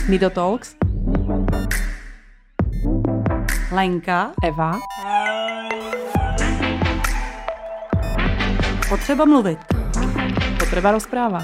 Nido Talks. Lenka. Eva. Potřeba mluvit. Potřeba rozpráva.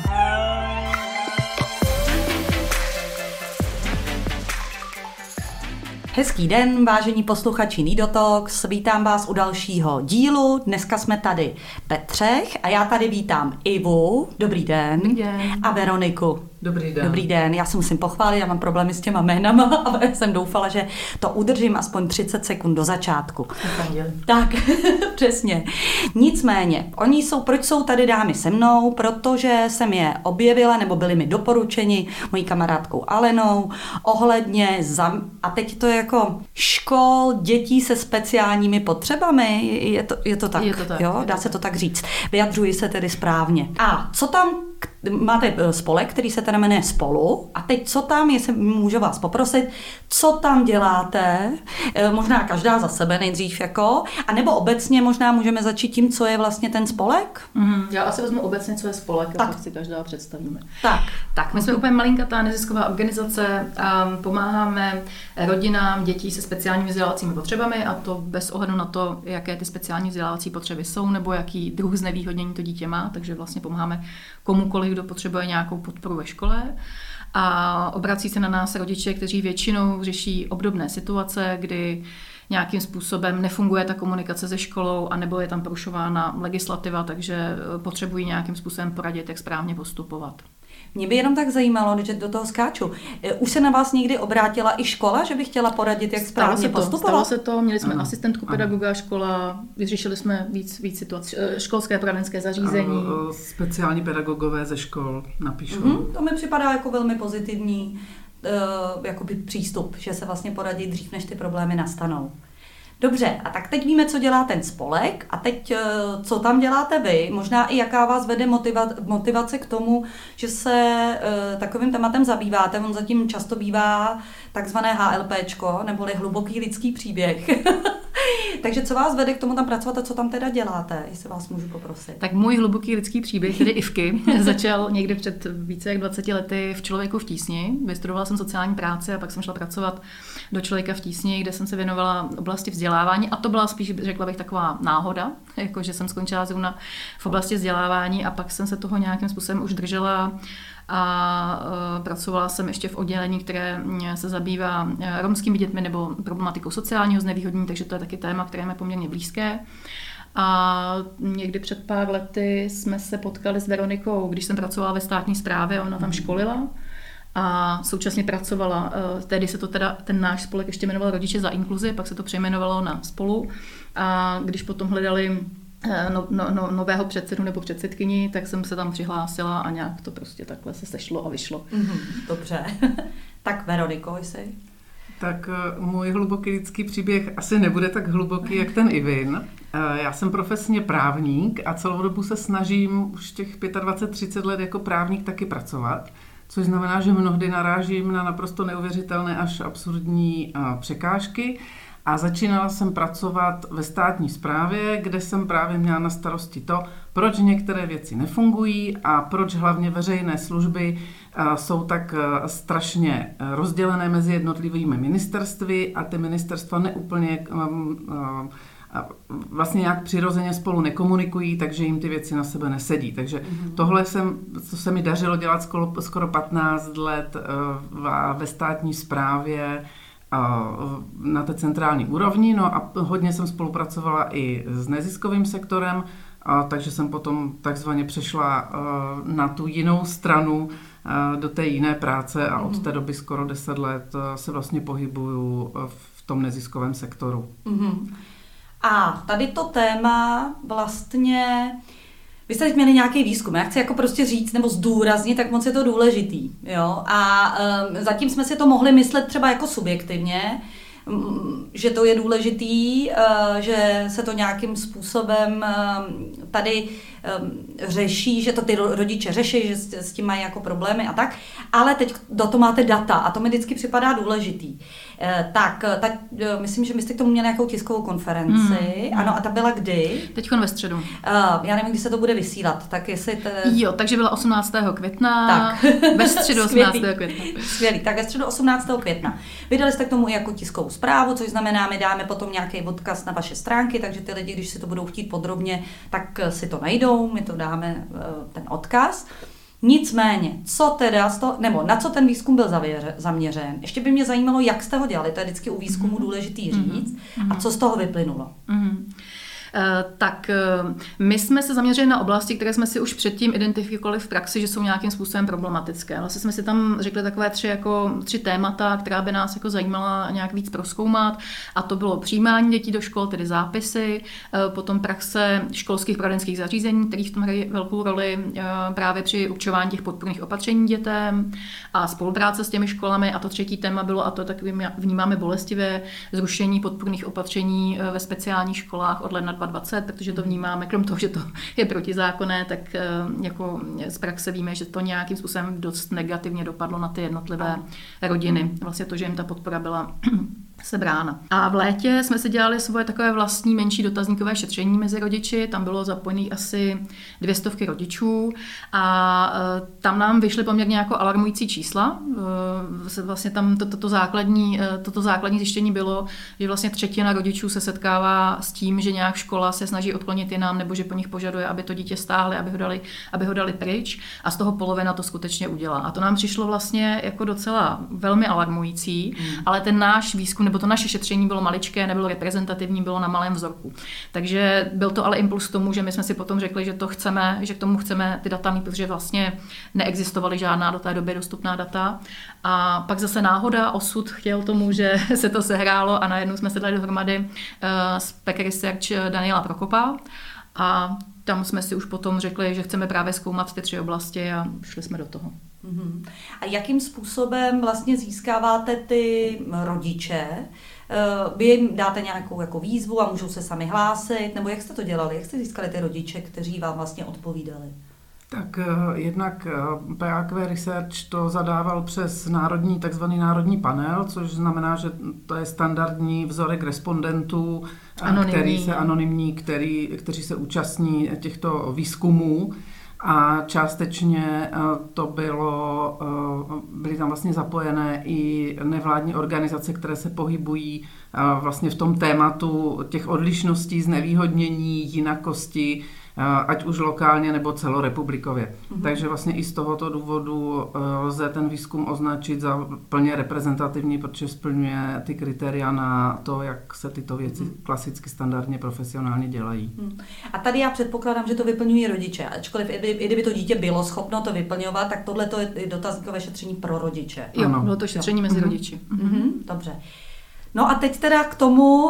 Hezký den, vážení posluchači Nido Talks, vítám vás u dalšího dílu. Dneska jsme tady ve třech a já tady vítám Ivu, dobrý den, a Veroniku. Dobrý den. Dobrý den, já se musím pochválit, já mám problémy s těma jménama, ale jsem doufala, že to udržím aspoň 30 sekund do začátku. Tak, přesně. Nicméně, proč jsou tady dámy se mnou? Protože jsem je objevila, nebo byly mi doporučeni mojí kamarádkou Alenou, ohledně, a teď to je jako škol dětí se speciálními potřebami, je to tak, je to tak, jo? Dá se to tak říct. Vyjadřuji se tedy správně. A co tam máte spolek, který se teda jmenuje Spolu, a teď co tam, jestli můžu vás poprosit, co tam děláte, možná každá za sebe nejdřív jako, a nebo obecně možná můžeme začít tím, co je vlastně ten spolek? Já asi vezmu obecně, co je spolek, a pak si každá představíme. Tak, my jsme úplně malinkatá nezisková organizace a pomáháme rodinám dětí se speciálními vzdělávacími potřebami, a to bez ohledu na to, jaké ty speciální vzdělávací potřeby jsou, nebo jaký druh znevýhodnění to dítě má, takže vlastně pomáháme komukoliv, kdo potřebuje nějakou podporu ve škole, a obrací se na nás rodiče, kteří většinou řeší obdobné situace, kdy nějakým způsobem nefunguje ta komunikace se školou, anebo je tam porušována legislativa, takže potřebují nějakým způsobem poradit, jak správně postupovat. Mě by jenom tak zajímalo, že do toho skáču. Už se na vás někdy obrátila i škola, že by chtěla poradit, jak správně postupovat? Stalo se to, měli jsme asistentku pedagoga škola, vyřešili jsme víc situací, školské poradenské zařízení. Speciální pedagogové ze škol napíšou. To mi připadá jako velmi pozitivní jakoby přístup, že se vlastně poradí dřív, než ty problémy nastanou. Dobře, a tak teď víme, co dělá ten spolek, a teď co tam děláte vy, možná i jaká vás vede motivace k tomu, že se takovým tématem zabýváte. On zatím často bývá takzvané HLPčko, neboli hluboký lidský příběh. Takže co vás vede k tomu tam pracovat a co tam teda děláte, jestli vás můžu poprosit? Tak můj hluboký lidský příběh, tedy Ivky, začal někdy před více jak 20 lety v Člověku v tísni. Vystudovala jsem sociální práci a pak jsem šla pracovat do Člověka v tísni, kde jsem se věnovala oblasti vzdělávání, a to byla spíš, řekla bych, taková náhoda, jako že jsem skončila zrovna v oblasti vzdělávání, a pak jsem se toho nějakým způsobem už držela a pracovala jsem ještě v oddělení, které se zabývá romskými dětmi nebo problematikou sociálního znevýhodnění, takže to je taky téma, které je poměrně blízké. A někdy před pár lety jsme se potkali s Veronikou, když jsem pracovala ve státní správě, ona tam školila a současně pracovala. Tehdy se to teda, ten náš spolek ještě jmenoval Rodiče za inkluzi, pak se to přejmenovalo na Spolu, a když potom hledali nového předsedu nebo předsedkyni, tak jsem se tam přihlásila a nějak to prostě takhle se sešlo a vyšlo. Dobře. Tak Veroniko, jsi? Tak můj hluboký lidský příběh asi nebude tak hluboký, jak ten Ivin. Já jsem profesně právník a celou dobu se snažím už těch 25-30 let jako právník taky pracovat, což znamená, že mnohdy narážím na naprosto neuvěřitelné až absurdní překážky. A začínala jsem pracovat ve státní správě, kde jsem právě měla na starosti to, proč některé věci nefungují a proč hlavně veřejné služby jsou tak strašně rozdělené mezi jednotlivými ministerstvy a ty ministerstva neúplně vlastně nějak přirozeně spolu nekomunikují, takže jim ty věci na sebe nesedí. Takže tohle co se mi dařilo dělat skoro 15 let ve státní správě, na té centrální úrovni, no a hodně jsem spolupracovala i s neziskovým sektorem, takže jsem potom takzvaně přešla na tu jinou stranu, do té jiné práce, a od té doby skoro 10 let se vlastně pohybuju v tom neziskovém sektoru. A tady to téma vlastně, vy jste teď měli nějaký výzkum, já chci jako prostě říct nebo zdůraznit, tak moc je to důležitý. Jo? A zatím jsme si to mohli myslet třeba jako subjektivně, že to je důležitý, že se to nějakým způsobem tady řeší, že to ty rodiče řeší, že s tím mají jako problémy a tak, ale teď do toho máte data a to mi vždycky připadá důležitý. Myslím, že my jste k tomu měli nějakou tiskovou konferenci, ano, a ta byla kdy? Teďkon ve středu. Já nevím, kdy se to bude vysílat, tak jestli... Jo, takže byla 18. května, tak. Ve středu 18. května. Skvělý, tak ve středu 18. května. Vydali jste k tomu i jako tiskovou zprávu, což znamená, my dáme potom nějaký odkaz na vaše stránky, takže ty lidi, když si to budou chtít podrobně, tak si to najdou, my to dáme ten odkaz. Nicméně, na co ten výzkum byl zaměřen? Ještě by mě zajímalo, jak jste ho dělali, to je vždycky u výzkumu důležitý říct, a co z toho vyplynulo. Tak my jsme se zaměřili na oblasti, které jsme si už předtím identifikovali v praxi, že jsou nějakým způsobem problematické. Vlastně jsme si tam řekli takové tři témata, která by nás jako zajímala nějak víc prozkoumat, a to bylo přijímání dětí do škol, tedy zápisy, potom praxe školských poradenských zařízení, které v tom hrají velkou roli právě při určování těch podpůrných opatření dětem a spolupráce s těmi školami, a to třetí téma bylo, a to taky vnímáme bolestivě, zrušení podpůrných opatření ve speciálních školách od ledna 2020, protože to vnímáme, krom toho, že to je protizákonné, tak jako z praxe víme, že to nějakým způsobem dost negativně dopadlo na ty jednotlivé rodiny. Vlastně to, že jim ta podpora byla sebrána. A v létě jsme si dělali svoje takové vlastní menší dotazníkové šetření mezi rodiči, tam bylo zapojených asi 200 rodičů a tam nám vyšly poměrně jako alarmující čísla. Vlastně tam toto základní zjištění bylo, že vlastně 1/3 rodičů se setkává s tím, že nějak škola se snaží odklonit jinam, nebo že po nich požaduje, aby to dítě stáhli, aby ho dali pryč, a z toho polovina to skutečně udělá. A to nám přišlo vlastně jako docela velmi alarmující, ale ten náš výzkum nebo to naše šetření bylo maličké, nebylo reprezentativní, bylo na malém vzorku. Takže byl to ale impuls k tomu, že my jsme si potom řekli, že k tomu chceme ty data mít, protože vlastně neexistovaly žádná do té doby dostupná data. A pak zase náhoda, osud chtěl tomu, že se to sehrálo, a najednou jsme se dali dohromady z Pack Research Daniela Prokopa, a tam jsme si už potom řekli, že chceme právě zkoumat ty 3 oblasti, a šli jsme do toho. A jakým způsobem vlastně získáváte ty rodiče? Vy jim dáte nějakou jako výzvu a můžou se sami hlásit? Nebo jak jste to dělali? Jak jste získali ty rodiče, kteří vám vlastně odpovídali? Tak jednak PAQ Research to zadával přes takzvaný národní panel, což znamená, že to je standardní vzorek respondentů, kteří se účastní těchto výzkumů. A částečně byly tam vlastně zapojené i nevládní organizace, které se pohybují vlastně v tom tématu těch odlišností, znevýhodnění, jinakosti, ať už lokálně nebo celorepublikově. Takže vlastně i z tohoto důvodu lze ten výzkum označit za plně reprezentativní, protože splňuje ty kritéria na to, jak se tyto věci klasicky, standardně, profesionálně dělají. A tady já předpokládám, že to vyplňují rodiče. Ačkoliv i kdyby to dítě bylo schopno to vyplňovat, tak tohle to je dotazníkové šetření pro rodiče. Jo, bylo to šetření mezi rodiči. Dobře. No a teď teda k tomu,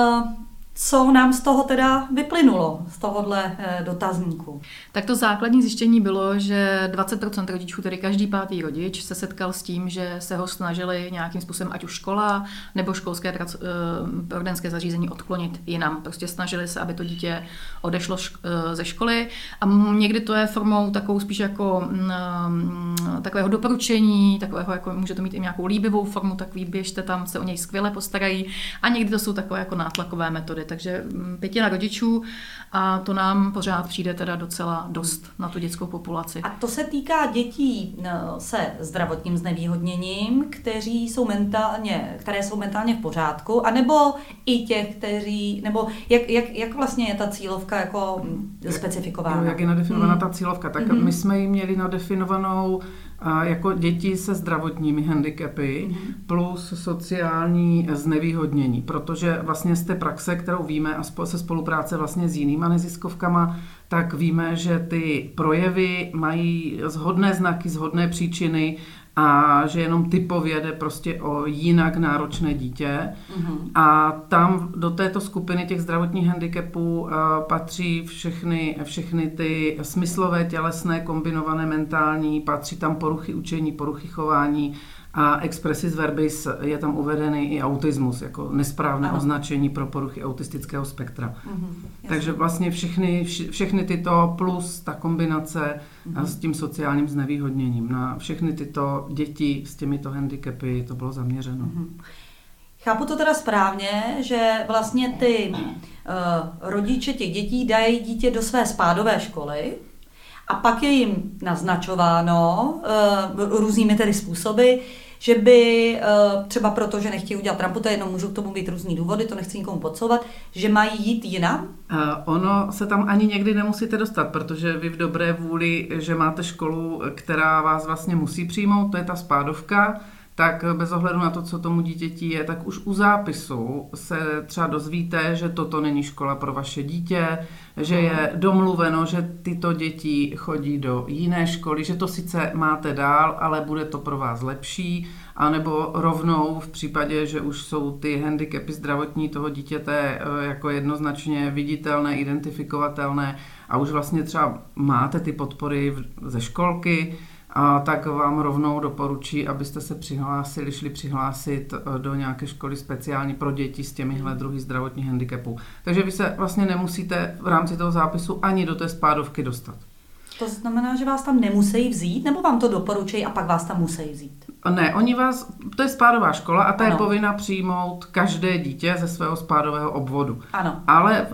co nám z toho teda vyplynulo, z tohohle dotazníku? Tak to základní zjištění bylo, že 20% rodičů, tedy každý 5. rodič, se setkal s tím, že se ho snažili nějakým způsobem, ať už škola nebo školské poradenské zařízení, odklonit jinam. Prostě snažili se, aby to dítě odešlo ze školy, a někdy to je formou takovou spíš jako takového doporučení, takového jako může to mít i nějakou líbivou formu, tak běžte tam, se o něj skvěle postarají, a někdy to jsou takové jako nátlakové metody. Takže 5 rodičů, a to nám pořád přijde teda docela dost na tu dětskou populaci. A to se týká dětí se zdravotním znevýhodněním, které jsou mentálně v pořádku, anebo i těch, nebo jak vlastně je ta cílovka jako specifikována? Jak je nadefinovaná ta cílovka? Tak my jsme ji měli nadefinovanou jako děti se zdravotními handicapy plus sociální znevýhodnění, protože vlastně z té praxe, kterou víme, a se spolupráce vlastně s jinýma neziskovkama, tak víme, že ty projevy mají shodné znaky, shodné příčiny, a že jenom typově jde prostě o jinak náročné dítě. A tam do této skupiny těch zdravotních handicapů patří všechny ty smyslové, tělesné, kombinované mentální, patří tam poruchy učení, poruchy chování, a expressis verbis je tam uvedený i autismus jako nesprávné označení pro poruchy autistického spektra. Takže vlastně všechny všechny tyto plus ta kombinace s tím sociálním znevýhodněním. Na všechny tyto děti s těmito handicapy to bylo zaměřeno. Chápu to teda správně, že vlastně ty rodiče těch dětí dají dítě do své spádové školy a pak je jim naznačováno různými tedy způsoby, že by třeba proto, že nechtějí udělat rampu, to je jedno, můžou k tomu být různý důvody, to nechci nikomu podsouvat, že mají jít jinam? Ono se tam ani někdy nemusíte dostat, protože vy v dobré vůli, že máte školu, která vás vlastně musí přijmout, to je ta spádovka, tak bez ohledu na to, co tomu dítěti je, tak už u zápisu se třeba dozvíte, že toto není škola pro vaše dítě, že je domluveno, že tyto děti chodí do jiné školy, že to sice máte dál, ale bude to pro vás lepší, anebo rovnou v případě, že už jsou ty handicapy zdravotní toho dítěte jako jednoznačně viditelné, identifikovatelné a už vlastně třeba máte ty podpory ze školky, a tak vám rovnou doporučí, abyste se šli přihlásit do nějaké školy speciální pro děti s těmihle druhy zdravotních handicapů. Takže vy se vlastně nemusíte v rámci toho zápisu ani do té spádovky dostat. To znamená, že vás tam nemusí vzít, nebo vám to doporučí a pak vás tam musí vzít? Ne, to je spádová škola a ta je povinna přijmout každé dítě ze svého spádového obvodu. Ano. Ale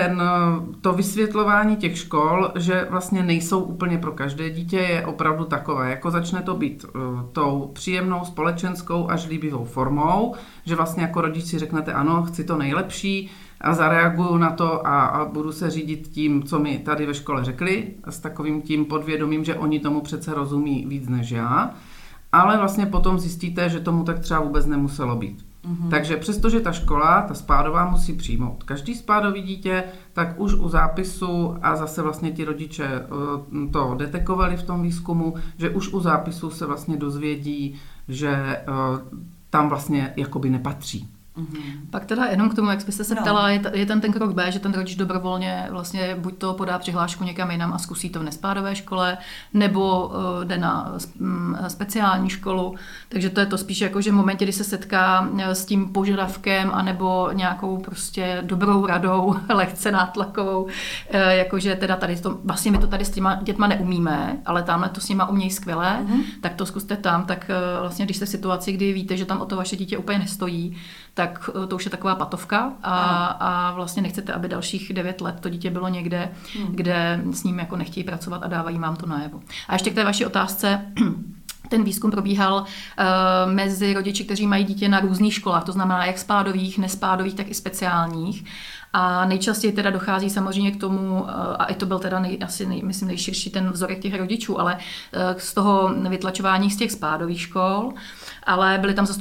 to vysvětlování těch škol, že vlastně nejsou úplně pro každé dítě, je opravdu takové, jako začne to být tou příjemnou, společenskou až líbivou formou, že vlastně jako rodič si řeknete ano, chci to nejlepší, a zareaguju na to a budu se řídit tím, co mi tady ve škole řekli, s takovým tím podvědomím, že oni tomu přece rozumí víc než já, ale vlastně potom zjistíte, že tomu tak třeba vůbec nemuselo být. Takže přestože ta škola, ta spádová musí přijmout každý spádový dítě, tak už u zápisu, a zase vlastně ti rodiče to detekovali v tom výzkumu, že už u zápisu se vlastně dozvědí, že tam vlastně jakoby nepatří. Pak teda jenom k tomu, jak jste se ptala, je ten krok B, že ten rodič dobrovolně vlastně buď to podá přihlášku někam jinam a zkusí to v nespádové škole, nebo jde na speciální školu. Takže to je to spíš jako, že v momentě, kdy se setká s tím požadavkem anebo nějakou prostě dobrou radou, lehce nátlakovou, jakože teda tady to, vlastně my to tady s těma dětma neumíme, ale tamhle to s nima umějí skvěle, tak to zkuste tam, tak vlastně když jste v situaci, kdy víte, že tam o to vaše dítě úplně nestojí, tak to už je taková patovka a vlastně nechcete, aby dalších 9 let to dítě bylo někde, kde s ním jako nechtějí pracovat a dávají vám to najevo. A ještě k té vaší otázce, ten výzkum probíhal mezi rodiči, kteří mají dítě na různých školách, to znamená jak spádových, nespádových, tak i speciálních. A nejčastěji teda dochází samozřejmě k tomu, a i to byl teda myslím nejširší ten vzorek těch rodičů, ale z toho vytlačování z těch spádových škol, ale byli tam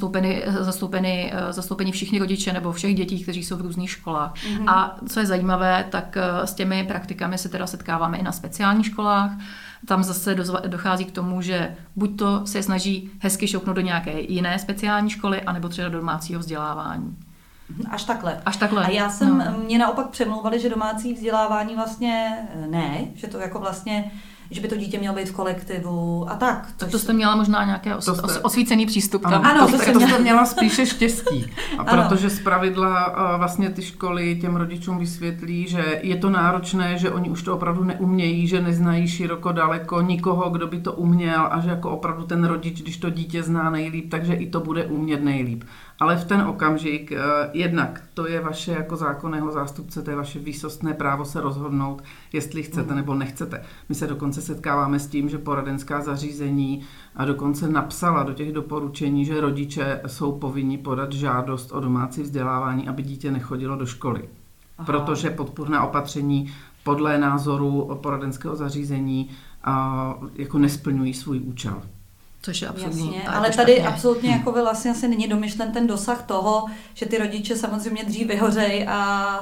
zastoupeni všichni rodiče nebo všech dětí, kteří jsou v různých školách. A co je zajímavé, tak s těmi praktikami se teda setkáváme i na speciálních školách. Tam zase dochází k tomu, že buď to se snaží hezky šoupnout do nějaké jiné speciální školy, anebo třeba do domácího vzdělávání. Až takhle. Až takhle. A mě naopak přemlouvali, že domácí vzdělávání vlastně ne, že to jako vlastně, že by to dítě mělo být v kolektivu a tak. To jste měla možná nějaký osvícený přístup tam. Ano, to jste měla spíše štěstí. A protože zpravidla vlastně ty školy těm rodičům vysvětlí, že je to náročné, že oni už to opravdu neumějí, že neznají široko daleko nikoho, kdo by to uměl a že jako opravdu ten rodič, když to dítě zná nejlíp, takže i to bude umět nejlíp. Ale v ten okamžik, jednak to je vaše jako zákonného zástupce, to je vaše výsostné právo se rozhodnout, jestli chcete nebo nechcete. My se dokonce setkáváme s tím, že poradenská zařízení a dokonce napsala do těch doporučení, že rodiče jsou povinni podat žádost o domácí vzdělávání, aby dítě nechodilo do školy. Aha. Protože podpůrná opatření podle názoru poradenského zařízení jako nesplňují svůj účel. Což je absolutně. Jasně, ale tady absolutně jako vlastně asi není domyšlen ten dosah toho, že ty rodiče samozřejmě dřív vyhořejí a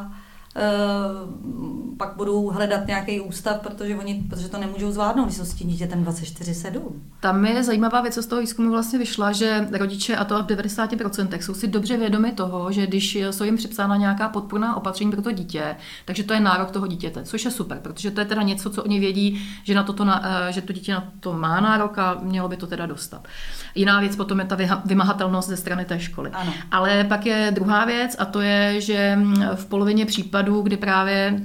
pak budou hledat nějaký ústav, protože to nemůžou zvládnout, když jsou s tím dítětem 24/7. Tam je zajímavá věc, co z toho výzkumu vlastně vyšla, že rodiče, a to v 90%, jsou si dobře vědomi toho, že když jsou jim připsána nějaká podpůrná opatření pro to dítě, takže to je nárok toho dítěte, což je super, protože to je teda něco, co oni vědí, že to dítě na to má nárok a mělo by to teda dostat. Jiná věc potom je ta vymahatelnost ze strany té školy. Ano. Ale pak je druhá věc a to je, že v polovině případů, kdy právě ty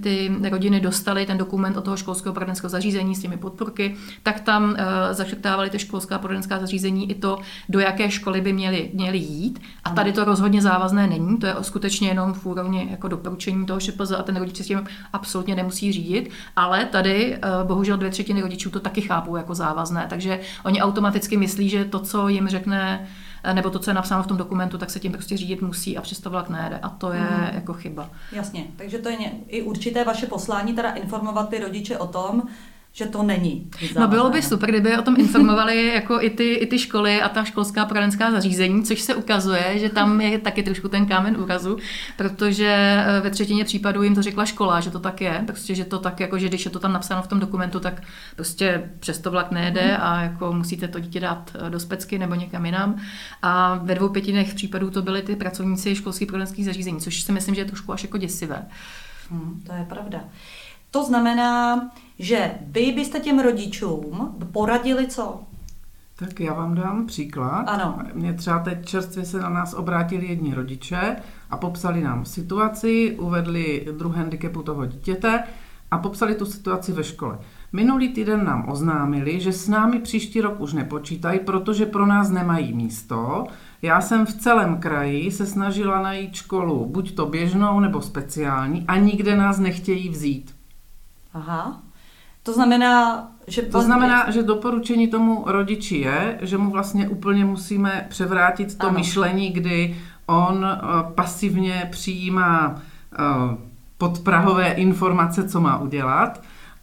rodiny dostaly ten dokument od toho školského poradenského zařízení s těmi podporky, tak tam zaškrtávali ty školská poradenská zařízení i to, do jaké školy by měly jít. A tady to rozhodně závazné není, to je skutečně jenom v úrovni jako doporučení toho ŠPZ a ten rodič s tím absolutně nemusí řídit, ale tady bohužel 2/3 rodičů to taky chápou jako závazné, takže oni automaticky myslí, že to, co jim řekne, nebo to, co je napsáno v tom dokumentu, tak se tím prostě řídit musí a přesto vlak nejede. A to je jako chyba. Jasně, takže to je i určité vaše poslání, teda informovat ty rodiče o tom, že to není. No bylo by super, kdyby o tom informovali jako i ty školy a ta školská poradenská zařízení, což se ukazuje, že tam je taky trošku ten kámen úrazu, protože ve 1/3 případů jim to řekla škola, že to tak je, prostě, že to tak jako, že když je to tam napsáno v tom dokumentu, tak prostě přesto vlak nejede a jako musíte to dítě dát do specky nebo někam jinam. A ve 2/5 případů to byly ty pracovníci školských poradenských zařízení, což si myslím, že je trošku až jako děsivé. To je pravda. To znamená, že vy byste těm rodičům poradili co? Tak já vám dám příklad. Ano. Mě třeba teď čerstvě se na nás obrátili jedni rodiče a popsali nám situaci, uvedli druh handicapu toho dítěte a popsali tu situaci ve škole. Minulý týden nám oznámili, že s námi příští rok už nepočítají, protože pro nás nemají místo. Já jsem v celém kraji se snažila najít školu, buď to běžnou nebo speciální, a nikde nás nechtějí vzít. Aha. To znamená, že doporučení tomu rodiči je, že mu vlastně úplně musíme převrátit to myšlení, kdy on pasivně přijímá podprahové informace, co má udělat,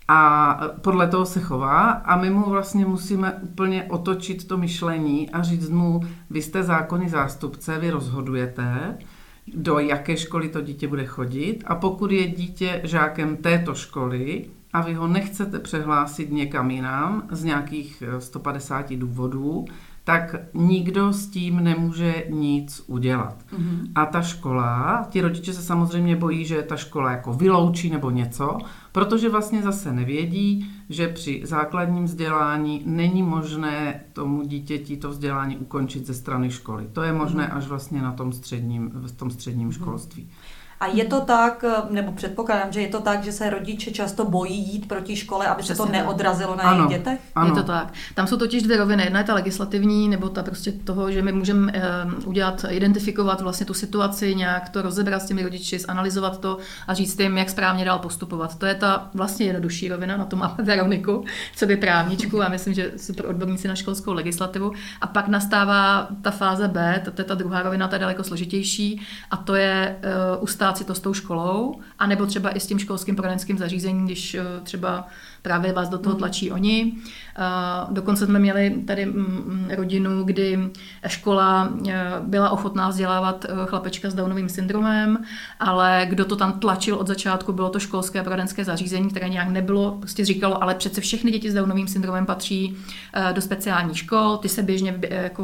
a podle toho se chová a my mu vlastně musíme úplně otočit to myšlení a říct mu, vy jste zákonný zástupce, vy rozhodujete, do jaké školy to dítě bude chodit, a pokud je dítě žákem této školy a vy ho nechcete přehlásit někam jinam z nějakých 150 důvodů, tak nikdo s tím nemůže nic udělat. A ta škola, ti rodiče se samozřejmě bojí, že ta škola jako vyloučí nebo něco, protože vlastně zase nevědí, že při základním vzdělání není možné tomu dítěti to vzdělání ukončit ze strany školy. To je možné až vlastně na tom středním školství. A je to tak, nebo předpokládám, že je to tak, že se rodiče často bojí jít proti škole, aby se to neodrazilo na jejich dětech? Ano. Je to tak. Tam jsou totiž dvě roviny. Jedna je ta legislativní, nebo ta prostě toho, že my můžeme identifikovat vlastně tu situaci, nějak to rozebrat s těmi rodiči, zanalyzovat to a říct jim, jak správně dál postupovat. To je ta vlastně jednodušší rovina, na to máme Veroniku, co by právničku, a myslím, že super odborníci na školskou legislativu. A pak nastává ta fáze B, to je ta druhá rovina, ta je daleko složitější, a to je ustát si to s tou školou, anebo třeba i s tím školským poradenským zařízením, když třeba právě vás do toho tlačí oni. Dokonce jsme měli tady rodinu, kdy škola byla ochotná vzdělávat chlapečka s Downovým syndromem, ale kdo to tam tlačil od začátku, bylo to školské poradenské zařízení, které nějak nebylo, prostě říkalo, ale přece všechny děti s Downovým syndromem patří do speciálních škol, ty se běžně jako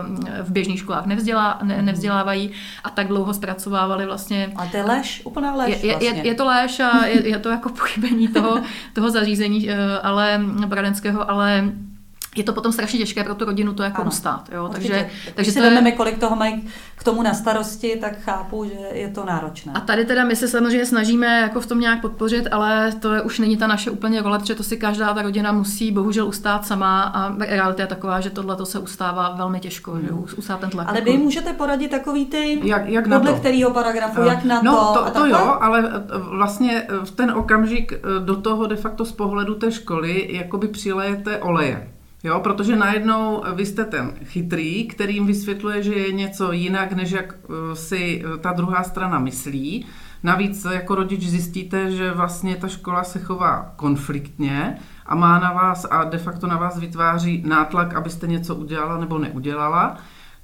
v běžných školách nevzdělávají, a tak dlouho zpracovávali vlastně. A to je lež, úplná lež vlastně. Je to lež a je to jako pochybení toho zařízení, ale poradenského, ale je to potom strašně těžké pro tu rodinu to jako ustát. Jo? Takže si vezmeme, kolik toho mají k tomu na starosti, tak chápu, že je to náročné. A tady teda my se samozřejmě snažíme jako v tom nějak podpořit, ale to už není ta naše úplně role, protože to si každá ta rodina musí bohužel ustát sama, a realita je taková, že tohle se ustává velmi těžko, že ustát ten tlak. Ale vy můžete poradit takový ty, jak podle kterého paragrafu, jak na to jo, ale vlastně v ten okamžik do toho de facto z pohledu té školy jakoby přilejete oleje. Jo, protože najednou vy jste ten chytrý, který jim vysvětluje, že je něco jinak, než jak si ta druhá strana myslí. Navíc jako rodič zjistíte, že vlastně ta škola se chová konfliktně a má na vás a de facto na vás vytváří nátlak, abyste něco udělala nebo neudělala.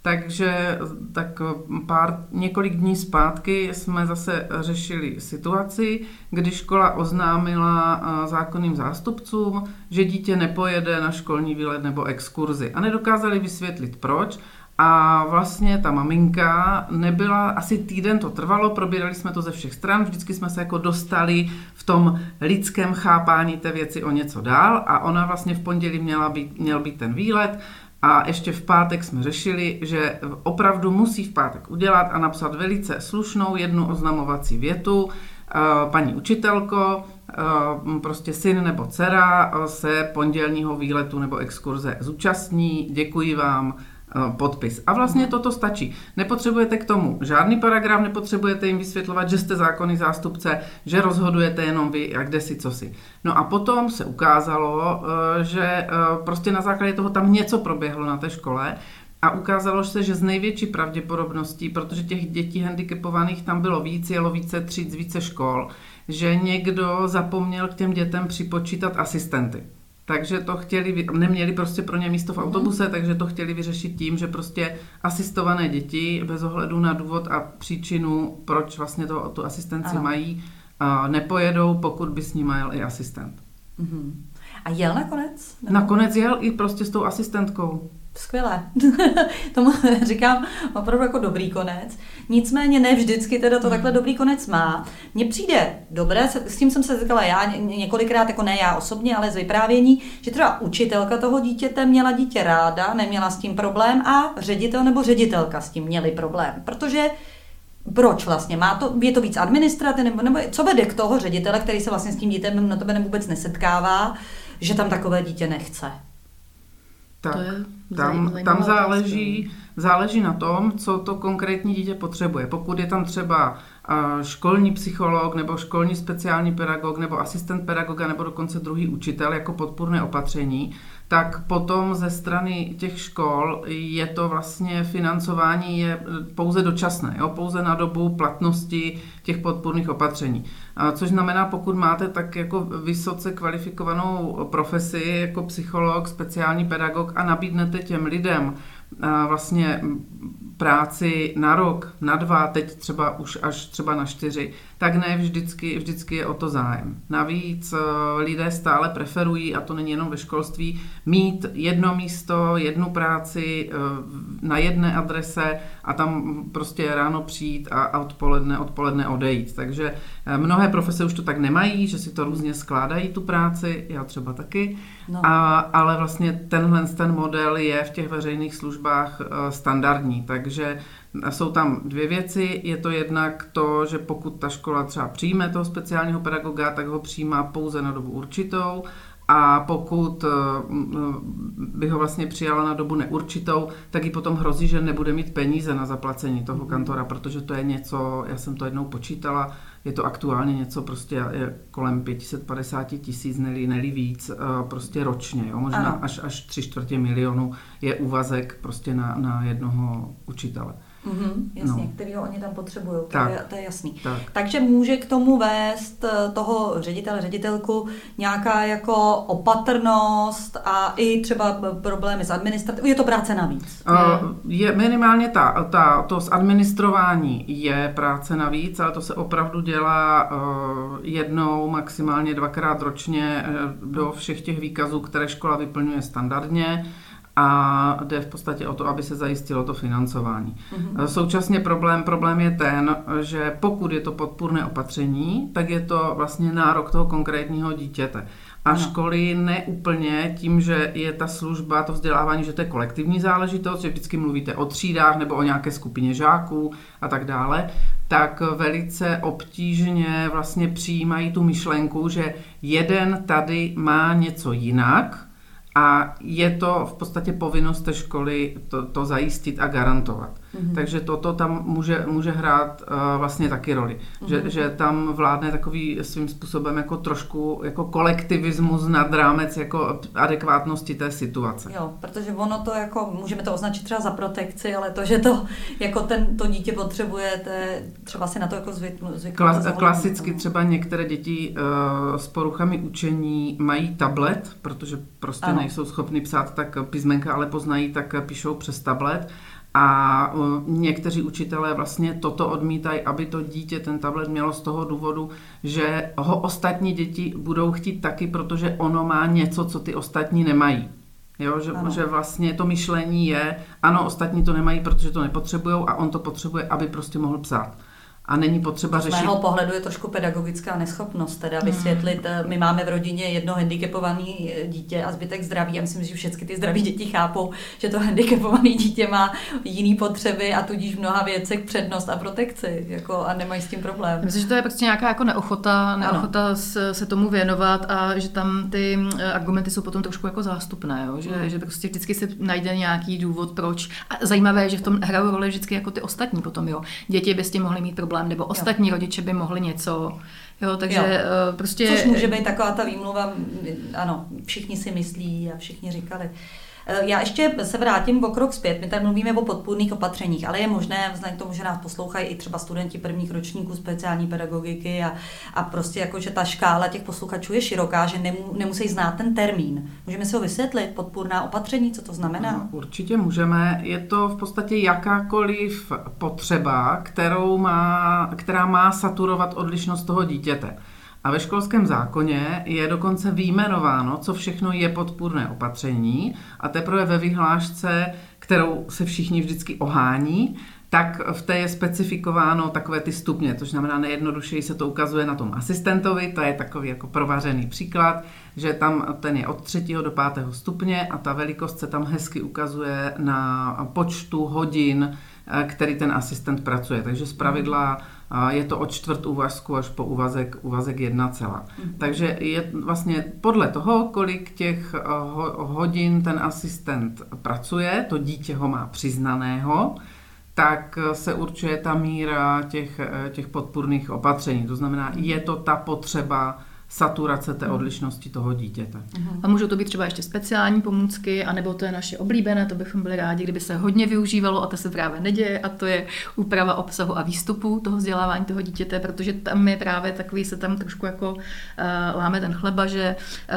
Takže tak několik dní zpátky jsme zase řešili situaci, kdy škola oznámila zákonným zástupcům, že dítě nepojede na školní výlet nebo exkurzi, a nedokázali vysvětlit proč. A vlastně ta maminka nebyla, asi týden to trvalo, probírali jsme to ze všech stran, vždycky jsme se jako dostali v tom lidském chápání té věci o něco dál, a ona vlastně v pondělí měl být ten výlet. A ještě v pátek jsme řešili, že opravdu musí v pátek udělat a napsat velice slušnou jednu oznamovací větu. Paní učitelko, prostě syn nebo dcera se pondělního výletu nebo exkurze zúčastní, děkuji vám, podpis. A vlastně toto stačí. Nepotřebujete k tomu žádný paragraf, nepotřebujete jim vysvětlovat, že jste zákonný zástupce, že rozhodujete jenom vy a kde si, co si. No a potom se ukázalo, že prostě na základě toho tam něco proběhlo na té škole a ukázalo se, že z největší pravděpodobností, protože těch dětí handicapovaných tam bylo víc, jelo více tříd, více škol, že někdo zapomněl k těm dětem připočítat asistenty. Takže to neměli prostě pro ně místo v autobuse, takže to chtěli vyřešit tím, že prostě asistované děti bez ohledu na důvod a příčinu, proč vlastně tu asistenci mají, nepojedou, pokud by s nimi jel i asistent. A jel nakonec? Nakonec jel i prostě s tou asistentkou. Skvělé. Tomu říkám opravdu jako dobrý konec. Nicméně ne vždycky teda to takhle dobrý konec má. Mně přijde dobré, s tím jsem se setkala já několikrát, jako ne já osobně, ale z vyprávění, že třeba učitelka toho dítěte měla dítě ráda, neměla s tím problém a ředitel nebo ředitelka s tím měli problém. Protože proč vlastně? Je to víc administrativy, nebo co vede k toho ředitele, který se vlastně s tím dítem notabene vůbec nesetkává, že tam takové dítě nechce? Tak, tam záleží na tom, co to konkrétní dítě potřebuje. Pokud je tam třeba školní psycholog nebo školní speciální pedagog nebo asistent pedagoga nebo dokonce druhý učitel jako podpůrné opatření, tak potom ze strany těch škol je to vlastně financování je pouze dočasné, jo? Pouze na dobu platnosti těch podpůrných opatření. Což znamená, pokud máte tak jako vysoce kvalifikovanou profesi jako psycholog, speciální pedagog a nabídnete těm lidem vlastně práci na rok, na 2, teď třeba už až třeba na 4, tak ne vždycky je o to zájem. Navíc lidé stále preferují, a to není jenom ve školství, mít jedno místo, jednu práci na jedné adrese a tam prostě ráno přijít a odpoledne odejít. Takže mnohé profese už to tak nemají, že si to různě skládají tu práci, já třeba taky, ale vlastně ten model je v těch veřejných službách standardní, takže jsou tam 2 věci. Je to jednak to, že pokud ta škola třeba přijme toho speciálního pedagoga, tak ho přijímá pouze na dobu určitou, a pokud by ho vlastně přijala na dobu neurčitou, tak jí potom hrozí, že nebude mít peníze na zaplacení toho kantora, protože to je něco, já jsem to jednou počítala, je to aktuálně něco prostě je kolem 550 000, neli víc, prostě ročně, jo? Možná až 3/4 milionu je úvazek prostě na jednoho učitele. Jasně, kterýho oni tam potřebují, to je jasný. Tak. Takže může k tomu vést toho ředitele, ředitelku nějaká jako opatrnost a i třeba problémy s administrativou. Je to práce navíc? Je minimálně to zadministrování je práce navíc, ale to se opravdu dělá jednou, maximálně 2krát ročně do všech těch výkazů, které škola vyplňuje standardně. A jde v podstatě o to, aby se zajistilo to financování. Současně problém je ten, že pokud je to podpůrné opatření, tak je to vlastně nárok toho konkrétního dítěte. A školy neúplně tím, že je ta služba, to vzdělávání, že to je kolektivní záležitost, že vždycky mluvíte o třídách nebo o nějaké skupině žáků a tak dále, tak velice obtížně vlastně přijímají tu myšlenku, že jeden tady má něco jinak, a je to v podstatě povinnost té školy to zajistit a garantovat. Takže toto tam může hrát vlastně taky roli. Že tam vládne takový svým způsobem jako trošku jako kolektivismus nad rámec jako adekvátnosti té situace. Jo, protože ono to jako, můžeme to označit třeba za protekci, ale to, že to jako to dítě potřebujete, třeba si na to jako zvyknout. Klasicky třeba některé děti s poruchami učení mají tablet, protože prostě nejsou schopni psát tak písmenka, ale poznají, tak píšou přes tablet. A někteří učitelé vlastně toto odmítají, aby to dítě ten tablet mělo z toho důvodu, že ho ostatní děti budou chtít taky, protože ono má něco, co ty ostatní nemají. Jo, že vlastně to myšlení je, ano, ostatní to nemají, protože to nepotřebujou a on to potřebuje, aby prostě mohl psát. a není potřeba řešit. Z mého pohledu je trošku pedagogická neschopnost, teda vysvětlit, my máme v rodině jedno handicapované dítě a zbytek zdraví. Já myslím, že všechny ty zdraví děti chápou, že to handicapované dítě má jiný potřeby a tudíž v mnoha věcech přednost a protekci, jako, a nemají s tím problém. Myslím, že to je prostě nějaká jako neochota se tomu věnovat a že tam ty argumenty jsou potom trošku jako zástupné, jo? Že prostě vždycky se najde nějaký důvod, proč. A zajímavé je, že v tom hrajou roli vždycky jako ty ostatní potom, jo. Děti by s tím mohly mít problém, nebo ostatní rodiče by mohli něco. Jo, takže prostě... Což může být taková ta výmluva, ano, všichni si myslí a všichni říkali. Já ještě se vrátím o krok zpět. My tady mluvíme o podpůrných opatřeních, ale je možné, vzhledem k tomu, že nás poslouchají i třeba studenti prvních ročníků speciální pedagogiky a prostě jako, že ta škála těch posluchačů je široká, že nemusí znát ten termín. Můžeme si ho vysvětlit, podpůrná opatření, co to znamená? Určitě můžeme. Je to v podstatě jakákoliv potřeba, která má saturovat odlišnost toho dítěte. A ve školském zákoně je dokonce vyjmenováno, co všechno je podpůrné opatření a teprve ve vyhlášce, kterou se všichni vždycky ohání, tak v té je specifikováno takové ty stupně, což znamená nejjednodušeji se to ukazuje na tom asistentovi, to je takový jako provařený příklad, že tam ten je od 3. do 5. stupně a ta velikost se tam hezky ukazuje na počtu hodin, který ten asistent pracuje. Takže zpravidla je to od čtvrt úvazku až po úvazek 1 celá. Takže je vlastně podle toho, kolik těch hodin ten asistent pracuje, to dítě ho má přiznaného, tak se určuje ta míra těch podpůrných opatření. To znamená, je to ta potřeba saturace té odlišnosti toho dítěte. A můžou to být třeba ještě speciální pomůcky, anebo to je naše oblíbené, to bychom byli rádi, kdyby se hodně využívalo a to se právě neděje a to je úprava obsahu a výstupu toho vzdělávání toho dítěte, protože tam je právě takový, se tam trošku jako láme ten chleba, že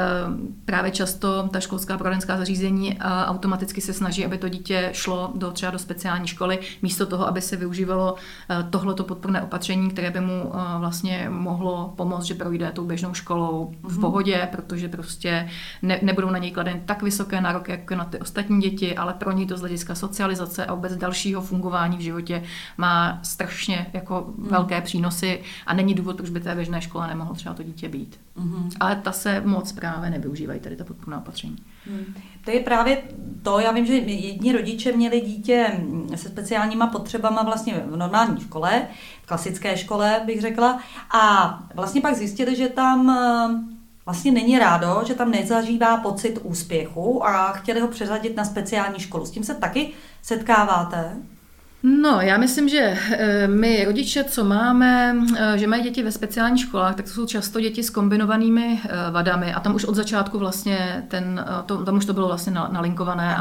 právě často ta školská poradenská zařízení automaticky se snaží, aby to dítě šlo třeba do speciální školy, místo toho, aby se využívalo tohleto podporné opatření, které by mu vlastně mohlo pomoct, že projde tou běžnou školou v pohodě, protože prostě nebudou na něj kladeny tak vysoké nároky, jako na ty ostatní děti, ale pro ní to z hlediska socializace a vůbec dalšího fungování v životě má strašně jako velké přínosy a není důvod, proč by té běžné škole nemohlo třeba to dítě být. Ale ta se moc právě nevyužívají, tady ta podpůrná opatření. To je právě to, já vím, že jedni rodiče měli dítě se speciálníma potřebama vlastně v normální škole, v klasické škole bych řekla, a vlastně pak zjistili, že tam vlastně není rádo, že tam nezažívá pocit úspěchu a chtěli ho přeřadit na speciální školu. S tím se taky setkáváte? No, já myslím, že my rodiče, co máme, že mají děti ve speciálních školách, tak to jsou často děti s kombinovanými vadami a tam už od začátku vlastně tam už to bylo vlastně nalinkované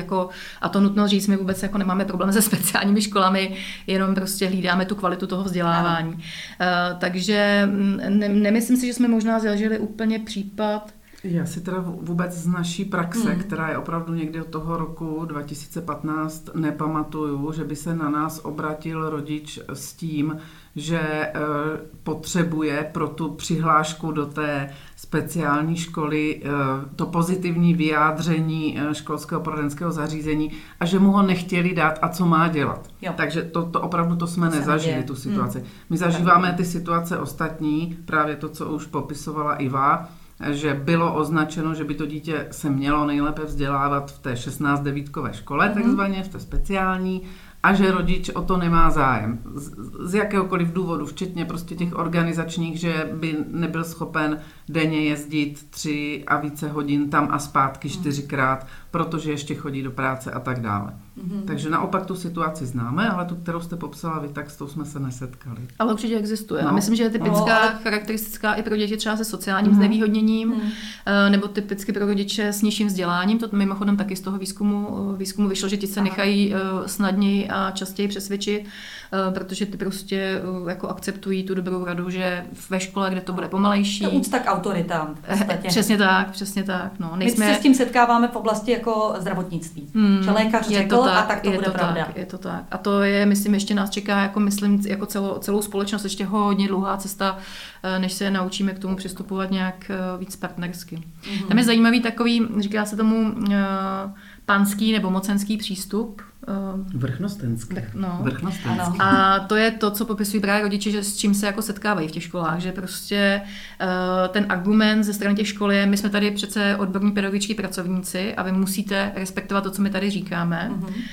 a to nutno říct, my vůbec jako nemáme problém se speciálními školami, jenom prostě hlídáme tu kvalitu toho vzdělávání. Takže nemyslím si, že jsme možná zažili úplně případ. Já si teda vůbec z naší praxe, která je opravdu někdy od toho roku 2015, nepamatuju, že by se na nás obratil rodič s tím, že potřebuje pro tu přihlášku do té speciální školy to pozitivní vyjádření školského poradenského zařízení a že mu ho nechtěli dát a co má dělat. Jo. Takže to opravdu to jsme nezažili, tu situaci. My zažíváme ty situace ostatní, právě to, co už popisovala Iva, že bylo označeno, že by to dítě se mělo nejlépe vzdělávat v té 16-devítkové škole, takzvaně v té speciální, a že rodič o to nemá zájem. Z jakéhokoliv důvodu, včetně prostě těch organizačních, že by nebyl schopen denně jezdit 3 a více hodin tam a zpátky 4krát, protože ještě chodí do práce a tak dále. Takže naopak tu situaci známe, ale tu, kterou jste popsala vy, tak s tou jsme se nesetkali. Ale určitě existuje. A myslím, že je typická, charakteristická i pro děti třeba se sociálním znevýhodněním, nebo typicky pro rodiče s nižším vzděláním. To mimochodem taky z toho výzkumu vyšlo, že ti se nechají snadněji a častěji přesvědčit, protože ty prostě jako akceptují tu dobrou radu, že ve škole, kde to bude pomalejší. To úcta k autoritám. Přesně tak. No, my se s tím setkáváme v oblasti jako zdravotnictví. Že lékař řekl a tak to bude pravda. Je to tak. A to je, myslím, ještě nás čeká, jako myslím, jako celou společnost ještě hodně dlouhá cesta, než se naučíme k tomu přistupovat nějak víc partnersky. Tam je zajímavý takový, říká se tomu pánský nebo mocenský přístup, Vrchnostenské. Vrchnostenské. A to je to, co popisují právě rodiče, že s čím se jako setkávají v těch školách, že prostě ten argument ze strany těch škol je, my jsme tady přece odborní pedagogičtí pracovníci a vy musíte respektovat to, co my tady říkáme.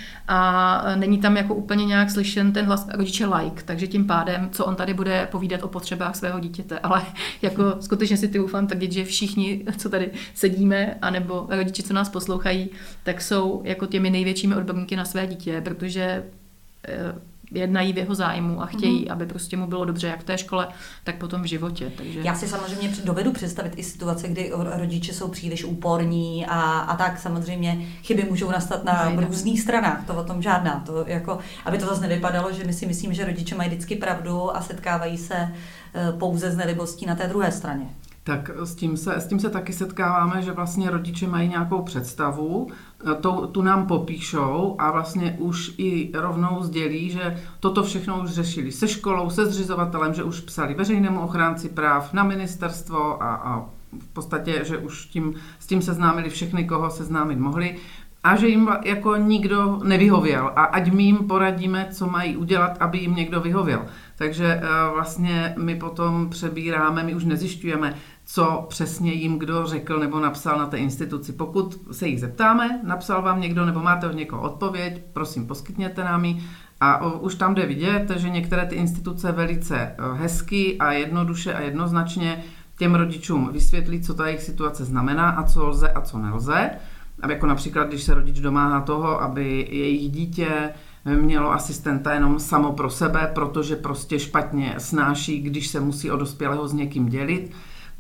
A není tam jako úplně nějak slyšen ten hlas rodiče like, takže tím pádem, co on tady bude povídat o potřebách svého dítěte, ale jako skutečně si troufám tvrdit, že všichni, co tady sedíme, anebo rodiči, co nás poslouchají, tak jsou jako těmi největšími odborníky na své dítě, protože jednají v jeho zájmu a chtějí, aby prostě mu bylo dobře jak v té škole, tak potom v životě. Takže... Já si samozřejmě dovedu představit i situace, kdy rodiče jsou příliš úporní a tak samozřejmě chyby můžou nastat na různých stranách, to o tom žádná. To jako, aby to zase nevypadalo, že my si myslím, že rodiče mají vždycky pravdu a setkávají se pouze s nelibostí na té druhé straně. Tak s tím se taky setkáváme, že vlastně rodiče mají nějakou představu, tu nám popíšou a vlastně už i rovnou sdělí, že toto všechno už řešili se školou, se zřizovatelem, že už psali veřejnému ochránci práv na ministerstvo a v podstatě, že už s tím seznámili všechny, koho seznámit mohli. A že jim jako nikdo nevyhověl a ať my jim poradíme, co mají udělat, aby jim někdo vyhověl. Takže vlastně my potom přebíráme, my už nezjišťujeme, co přesně jim kdo řekl nebo napsal na té instituci. Pokud se jich zeptáme, napsal vám někdo nebo máte od někoho odpověď, prosím, poskytněte nám ji. A už tam jde vidět, že některé ty instituce velice hezky a jednoduše a jednoznačně těm rodičům vysvětlí, co ta jejich situace znamená a co lze a co nelze. Aby jako například, když se rodič domáhá toho, aby jejich dítě mělo asistenta jenom samo pro sebe, protože prostě špatně snáší, když se musí o dospělého s někým dělit.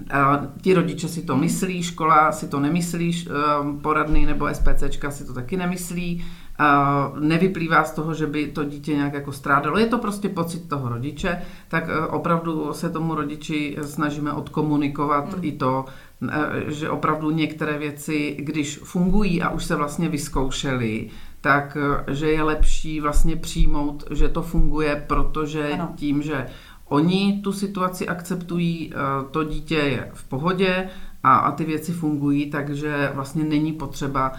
Ti rodiče si to myslí, škola si to nemyslí, poradny nebo SPCčka si to taky nemyslí. Nevyplývá z toho, že by to dítě nějak jako strádalo. Je to prostě pocit toho rodiče, tak opravdu se tomu rodiči snažíme odkomunikovat i to, že opravdu některé věci, když fungují a už se vlastně vyzkoušely, tak že je lepší vlastně přijmout, že to funguje, protože tím, že oni tu situaci akceptují, to dítě je v pohodě a ty věci fungují, takže vlastně není potřeba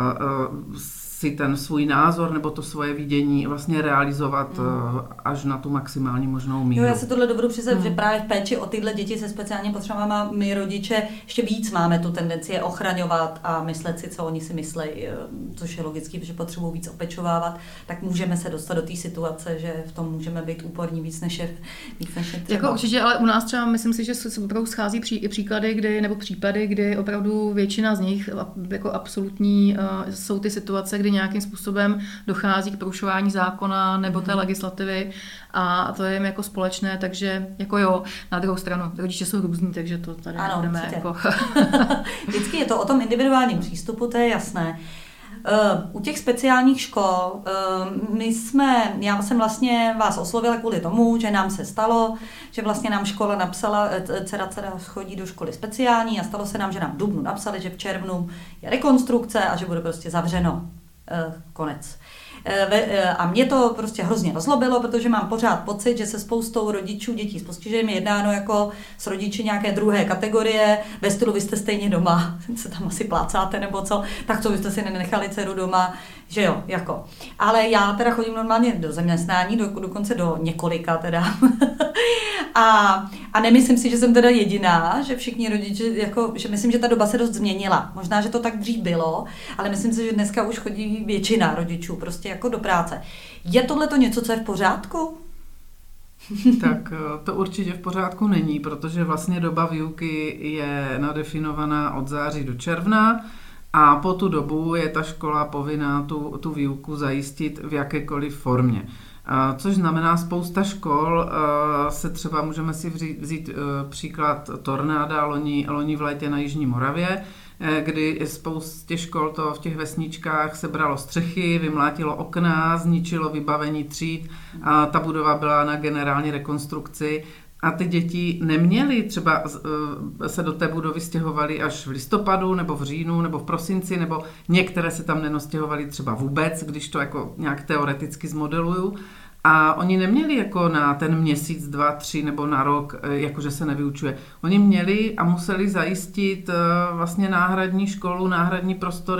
si ten svůj názor nebo to svoje vidění vlastně realizovat až na tu maximální možnou míru. Jo, já si tohle dovedu představit, že právě v péči o tyhle děti se speciálně potřebujeme my rodiče ještě víc máme tu tendenci je ochraňovat a myslet si, co oni si myslejí, což je logický, protože potřebují víc opečovávat, tak můžeme se dostat do té situace, že v tom můžeme být úporní víc než je třeba. Jako určitě, ale u nás třeba myslím si, že se opravdu schází příklady, nebo případy, kdy opravdu většina z nich jako absolutní jsou ty situace, kdy nějakým způsobem dochází k porušování zákona nebo té legislativy a to je jim jako společné, takže jako jo, na druhou stranu, rodiče jsou různí, takže to tady budeme jako... Vždycky je to o tom individuálním přístupu, to je jasné. U těch speciálních škol, já jsem vlastně vás oslovila kvůli tomu, že nám se stalo, že vlastně nám škola napsala, dcera chodí do školy speciální a stalo se nám, že nám v dubnu napsali, že v červnu je rekonstrukce a že bude prostě zavřeno. Konec. A mě to prostě hrozně rozlobilo, protože mám pořád pocit, že se spoustou rodičů dětí s postižením je jednáno jako s rodiči nějaké druhé kategorie, ve stylu vy jste stejně doma, se tam asi plácáte nebo co, tak co vy jste si nenechali dceru doma, že jo, jako. Ale já teda chodím normálně do zaměstnání, dokonce do několika teda. A nemyslím si, že jsem teda jediná, že všichni rodiče, jako, že myslím, že ta doba se dost změnila. Možná, že to tak dřív bylo, ale myslím si, že dneska už chodí většina rodičů prostě jako do práce. Je tohleto něco, co je v pořádku? Tak to určitě v pořádku není, protože vlastně doba výuky je nadefinovaná od září do června a po tu dobu je ta škola povinná tu výuku zajistit v jakékoliv formě. Což znamená, spousta škol se třeba, můžeme si vzít příklad tornáda loni v létě na Jižní Moravě, kdy spoustě škol to v těch vesničkách sebralo střechy, vymlátilo okna, zničilo vybavení tříd a ta budova byla na generální rekonstrukci. A ty děti neměly, třeba se do té budovy stěhovaly až v listopadu, nebo v říjnu, nebo v prosinci, nebo některé se tam nenostěhovaly třeba vůbec, když to jako nějak teoreticky zmodeluju. A oni neměli jako na ten měsíc, 2, 3 nebo na rok, jakože se nevyučuje. Oni měli a museli zajistit vlastně náhradní školu, náhradní prostory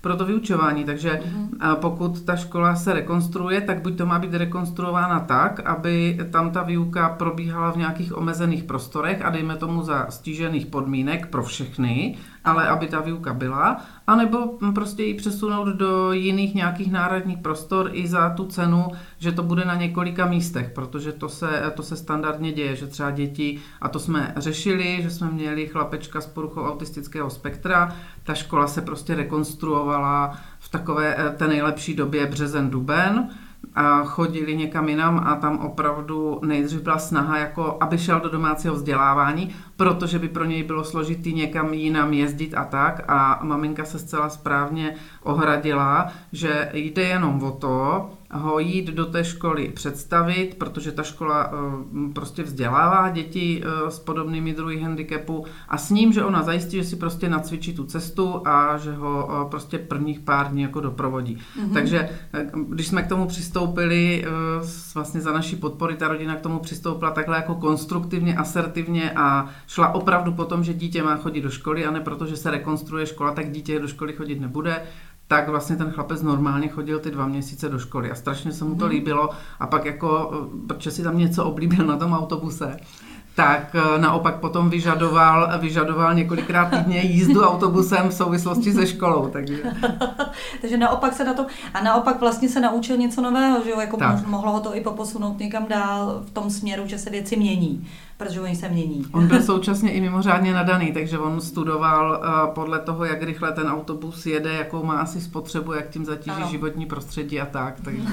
pro to vyučování. Takže pokud ta škola se rekonstruuje, tak buď to má být rekonstruována tak, aby tam ta výuka probíhala v nějakých omezených prostorech a dejme tomu za stížených podmínek pro všechny, ale aby ta výuka byla, anebo prostě ji přesunout do jiných nějakých náhradních prostor i za tu cenu, že to bude na několika místech, protože to se standardně děje, že třeba děti, a to jsme řešili, že jsme měli chlapečka s poruchou autistického spektra, ta škola se prostě rekonstruovala v takové té nejlepší době březen, duben, a chodili někam jinam a tam opravdu nejdřív byla snaha, jako aby šel do domácího vzdělávání, protože by pro něj bylo složitý někam jinam jezdit a tak, a maminka se zcela správně ohradila, že jde jenom o to, ho jít do té školy představit, protože ta škola prostě vzdělává děti s podobnými druhy handicapu a s ním, že ona zajistí, že si prostě nacvičí tu cestu a že ho prostě prvních pár dní jako doprovodí. Takže když jsme k tomu přistoupili, vlastně za naší podpory ta rodina k tomu přistoupila takhle jako konstruktivně, asertivně a šla opravdu po tom, že dítě má chodit do školy a ne proto, že se rekonstruuje škola, tak dítě do školy chodit nebude, tak vlastně ten chlapec normálně chodil ty 2 měsíce do školy a strašně se mu to líbilo a pak jako, protože si tam něco oblíbil na tom autobuse, tak naopak potom vyžadoval několikrát týdně jízdu autobusem v souvislosti se školou. Takže naopak se na to, a naopak vlastně se naučil něco nového, že jo, jako mohlo ho to i poposunout někam dál v tom směru, že se věci mění, protože oni se mění. On byl současně i mimořádně nadaný, takže on studoval podle toho, jak rychle ten autobus jede, jakou má asi spotřebu, jak tím zatíží životní prostředí a tak. Takže.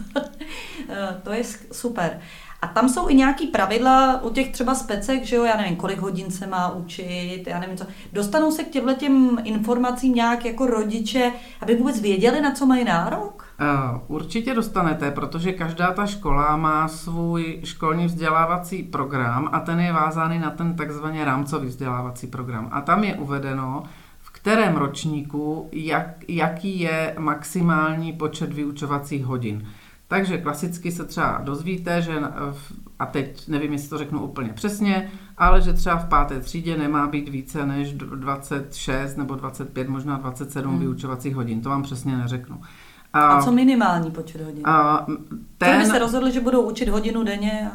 To je super. A tam jsou i nějaký pravidla u těch třeba specek, že jo, já nevím, kolik hodin se má učit, já nevím co. Dostanou se k těmhletěm informacím nějak jako rodiče, aby vůbec věděli, na co mají nárok? Určitě dostanete, protože každá ta škola má svůj školní vzdělávací program a ten je vázaný na ten takzvaně rámcový vzdělávací program. A tam je uvedeno, v kterém ročníku, jaký je maximální počet vyučovacích hodin. Takže klasicky se třeba dozvíte, že, a teď nevím, jestli to řeknu úplně přesně, ale že třeba v 5. třídě nemá být více než 26 nebo 25, možná 27 vyučovacích hodin. To vám přesně neřeknu. A co minimální počet hodin? Co by se rozhodli, že budou učit hodinu denně?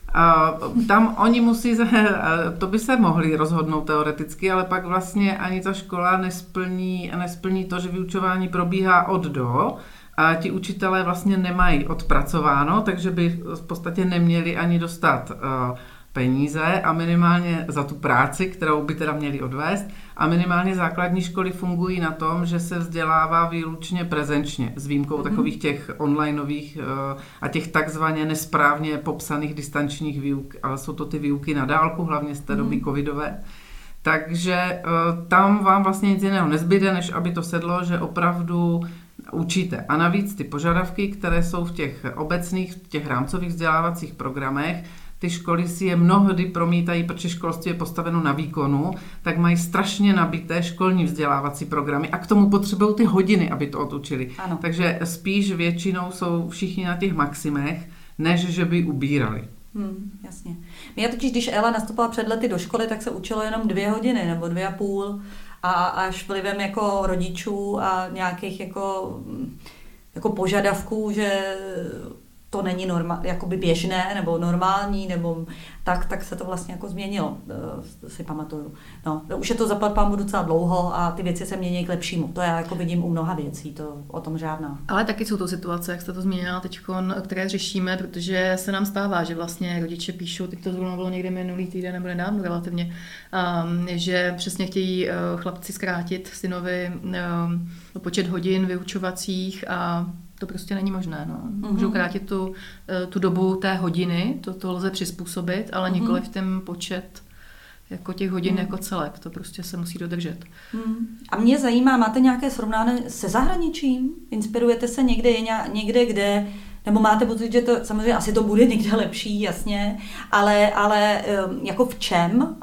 Tam oni musí, to by se mohli rozhodnout teoreticky, ale pak vlastně ani ta škola nesplní to, že vyučování probíhá od do, a ti učitelé vlastně nemají odpracováno, takže by v podstatě neměli ani dostat peníze a minimálně za tu práci, kterou by teda měli odvést. A minimálně základní školy fungují na tom, že se vzdělává výlučně prezenčně, s výjimkou takových těch onlineových a těch takzvaně nesprávně popsaných distančních výuk, ale jsou to ty výuky na dálku, hlavně z té doby covidové. Takže tam vám vlastně nic jiného nezbyde, než aby to sedlo, že opravdu učíte. A navíc ty požadavky, které jsou v těch obecných, v těch rámcových vzdělávacích programech, ty školy si je mnohdy promítají, protože školství je postaveno na výkonu, tak mají strašně nabité školní vzdělávací programy a k tomu potřebují ty hodiny, aby to odučili. Ano. Takže spíš většinou jsou všichni na těch maximech, než že by ubírali. Jasně. Já totiž, když Ela nastoupila před lety do školy, tak se učilo jenom 2 hodiny nebo 2,5 a až vlivem jako rodičů a nějakých jako požadavků, že to není jakoby běžné nebo normální, nebo tak se to vlastně jako změnilo, si pamatuju. No, už je to zaplať pánbůh docela dlouho a ty věci se mění k lepšímu. To já jako vidím u mnoha věcí, to o tom žádná. Ale taky jsou to situace, jak jste to zmínila teď, které řešíme, protože se nám stává, že vlastně rodiče píšou, teď to zrovna bylo někde minulý týden nebo nedávno relativně, že přesně chtějí chlapci zkrátit synovi počet hodin vyučovacích a to prostě není možné. No. Můžou krátit tu dobu té hodiny, to lze přizpůsobit, ale nikoli v ten počet jako těch hodin jako celek. To prostě se musí dodržet. A mě zajímá, máte nějaké srovnání se zahraničím? Inspirujete se někde, kde, nebo máte pocit, že to samozřejmě asi to bude někde lepší, jasně, ale jako v čem,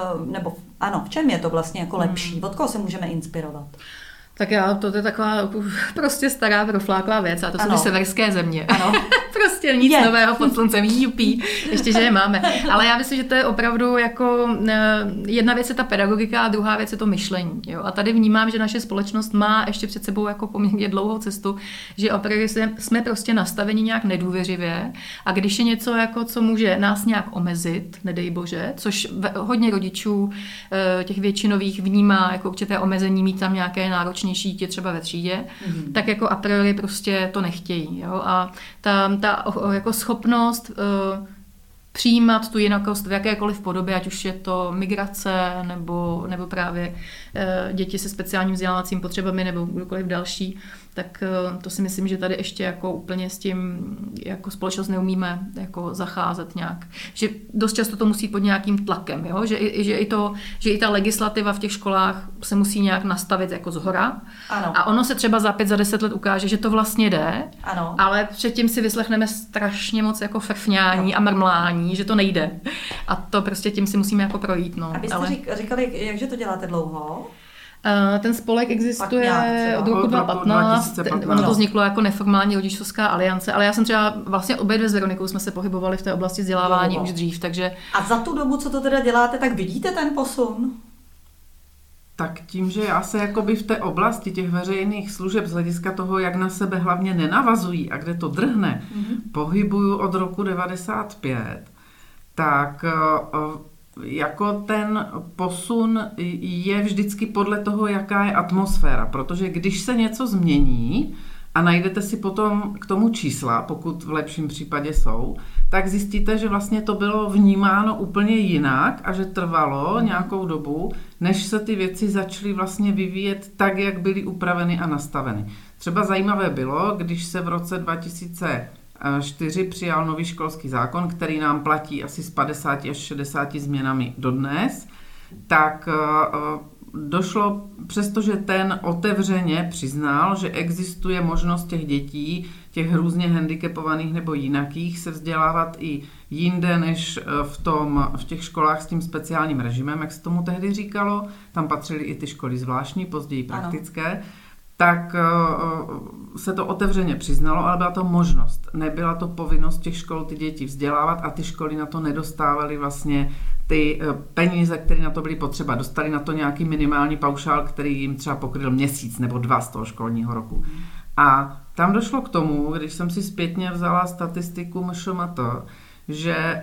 v čem je to vlastně jako lepší? Od koho se můžeme inspirovat? Tak to je taková prostě stará profláklá věc a to jsou ty severské země. Ano, Prostě nic nového pod sluncem, jupí, ještě, že je máme. Ale já myslím, že to je opravdu jako jedna věc je ta pedagogika a druhá věc je to myšlení. Jo? A tady vnímám, že naše společnost má ještě před sebou jako poměrně dlouhou cestu, že opravdu jsme prostě nastaveni nějak nedůvěřivě a když je něco, jako, co může nás nějak omezit, nedej bože, což hodně rodičů těch většinových vnímá jako určité omezení, mít tam nějaké náročnější dítě třeba ve třídě, tak jako a priori prostě to nechtějí. Jo? A ta jako schopnost přijímat tu jinakost v jakékoliv podobě, ať už je to migrace nebo právě děti se speciálním vzdělávacím potřebami nebo kdokoliv další, tak to si myslím, že tady ještě jako úplně s tím jako společnost neumíme jako zacházet nějak. Že dost často to musí pod nějakým tlakem, jo? Že i ta legislativa v těch školách se musí nějak nastavit jako zhora. Ano. A ono se třeba za 5, za 10 let ukáže, že to vlastně jde, ano. Ale předtím si vyslechneme strašně moc jako frfňání a mrmlání, že to nejde. A to prostě tím si musíme jako projít. No. A vy jste říkali, jakže to děláte dlouho? Ten spolek existuje od roku 2015. Ono to vzniklo jako neformální rodičovská aliance, ale já jsem třeba vlastně obě dvě s Veronikou jsme se pohybovali v té oblasti vzdělávání už dřív, takže... A za tu dobu, co to teda děláte, tak vidíte ten posun? Tak tím, že já se jakoby v té oblasti těch veřejných služeb z hlediska toho, jak na sebe hlavně nenavazují a kde to drhne, pohybuju od roku 95, tak jako ten posun je vždycky podle toho, jaká je atmosféra, protože když se něco změní a najdete si potom k tomu čísla, pokud v lepším případě jsou, tak zjistíte, že vlastně to bylo vnímáno úplně jinak a že trvalo nějakou dobu, než se ty věci začaly vlastně vyvíjet tak, jak byly upraveny a nastaveny. Třeba zajímavé bylo, když se v roce 2004 přijal nový školský zákon, který nám platí asi s 50 až 60 změnami dodnes, tak došlo, přestože ten otevřeně přiznal, že existuje možnost těch dětí, těch různě handicapovaných nebo jinakých, se vzdělávat i jinde než v těch školách s tím speciálním režimem, jak se tomu tehdy říkalo, tam patřily i ty školy zvláštní, později praktické, ano. Tak se to otevřeně přiznalo, ale byla to možnost. Nebyla to povinnost těch škol ty děti vzdělávat a ty školy na to nedostávaly vlastně ty peníze, které na to byly potřeba. Dostali na to nějaký minimální paušál, který jim třeba pokryl měsíc nebo 2 z toho školního roku. A tam došlo k tomu, když jsem si zpětně vzala statistiku MŠMT, že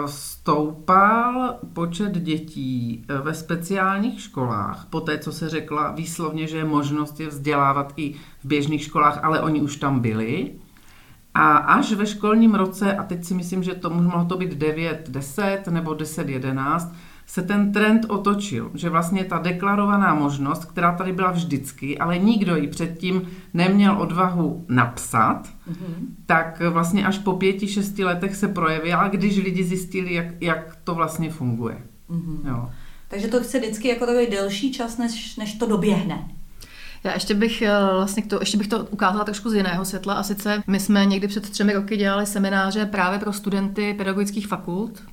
stoupal počet dětí ve speciálních školách, po té, co se řekla výslovně, že je možnost je vzdělávat i v běžných školách, ale oni už tam byli. A až ve školním roce, a teď si myslím, že to mohlo to být 9-10 nebo 10-11, se ten trend otočil, že vlastně ta deklarovaná možnost, která tady byla vždycky, ale nikdo ji předtím neměl odvahu napsat, tak vlastně až po 5-6 letech se projevila, když lidi zjistili, jak to vlastně funguje. Jo. Takže to chce vždycky jako takový delší čas, než to doběhne. Já ještě bych to ukázala trošku z jiného světla a sice my jsme někdy před 3 roky dělali semináře právě pro studenty pedagogických fakult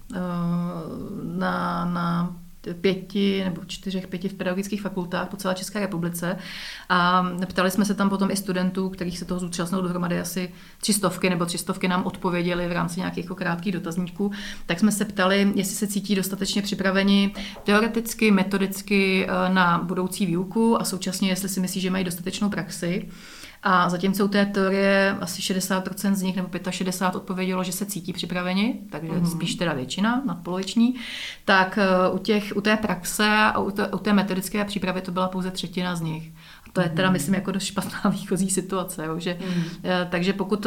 na 5 nebo 4-5 v pedagogických fakultách po celé České republice a ptali jsme se tam potom i studentů, kterých se toho zúčastnilo dohromady asi 300 nebo 300 nám odpověděli v rámci nějakých jako krátkých dotazníků, tak jsme se ptali, jestli se cítí dostatečně připraveni teoreticky, metodicky na budoucí výuku a současně jestli si myslí, že mají dostatečnou praxi. A zatímco u té teorie asi 60% z nich nebo 65% odpovědělo, že se cítí připraveni, takže spíš teda většina, nadpoloviční, tak u té praxe a u té metodické přípravy to byla pouze 1/3 z nich. A to je teda, myslím, jako dost špatná výchozí situace. Jo, že, takže pokud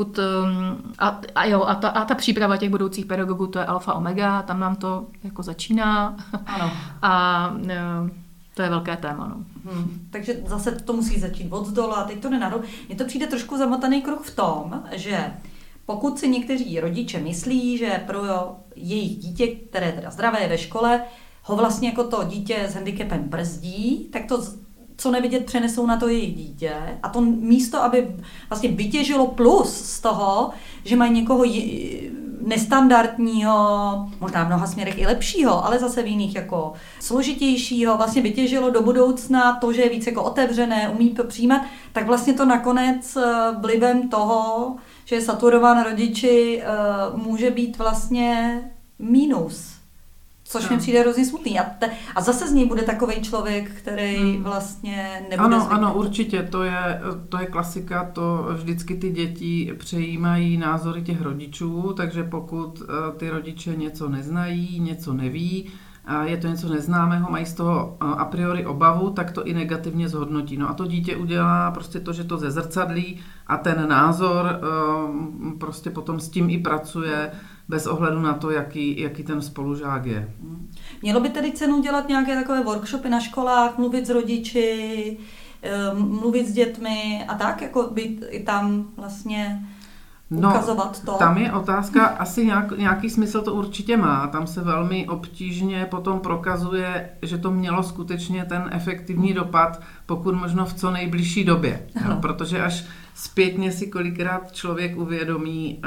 ta příprava těch budoucích pedagogů, to je alfa omega, tam nám to jako začíná. Ano. A to je velké téma. No. Takže zase to musí začít od zdola, teď to nenadou. Mně to přijde trošku zamotaný kruh v tom, že pokud si někteří rodiče myslí, že pro jejich dítě, které je teda zdravé, je ve škole, ho vlastně jako to dítě s handicapem brzdí, tak to, co nevidět, přenesou na to jejich dítě. A to místo, aby vlastně vytěžilo plus z toho, že mají někoho nestandardního, možná v mnoha směrech i lepšího, ale zase v jiných jako složitějšího, vlastně vytěžilo do budoucna to, že je víc jako otevřené, umí to přijímat, tak vlastně to nakonec vlivem toho, že saturován rodiči může být vlastně mínus. Což mi přijde hrozně smutný. A zase z něj bude takovej člověk, který vlastně nebude zvyknutý. Ano, určitě, to je klasika, to vždycky ty děti přejímají názory těch rodičů, takže pokud ty rodiče něco neznají, něco neví, je to něco neznámého, mají z toho a priori obavu, tak to i negativně zhodnotí. No a to dítě udělá prostě to, že to zezrcadlí a ten názor prostě potom s tím i pracuje, bez ohledu na to, jaký ten spolužák je. Mělo by tedy cenu dělat nějaké takové workshopy na školách, mluvit s rodiči, mluvit s dětmi a tak, jako být i tam vlastně ukazovat to? Tam je otázka, asi nějaký smysl to určitě má. Tam se velmi obtížně potom prokazuje, že to mělo skutečně ten efektivní dopad, pokud možno v co nejbližší době. Jo? Protože až zpětně si kolikrát člověk uvědomí,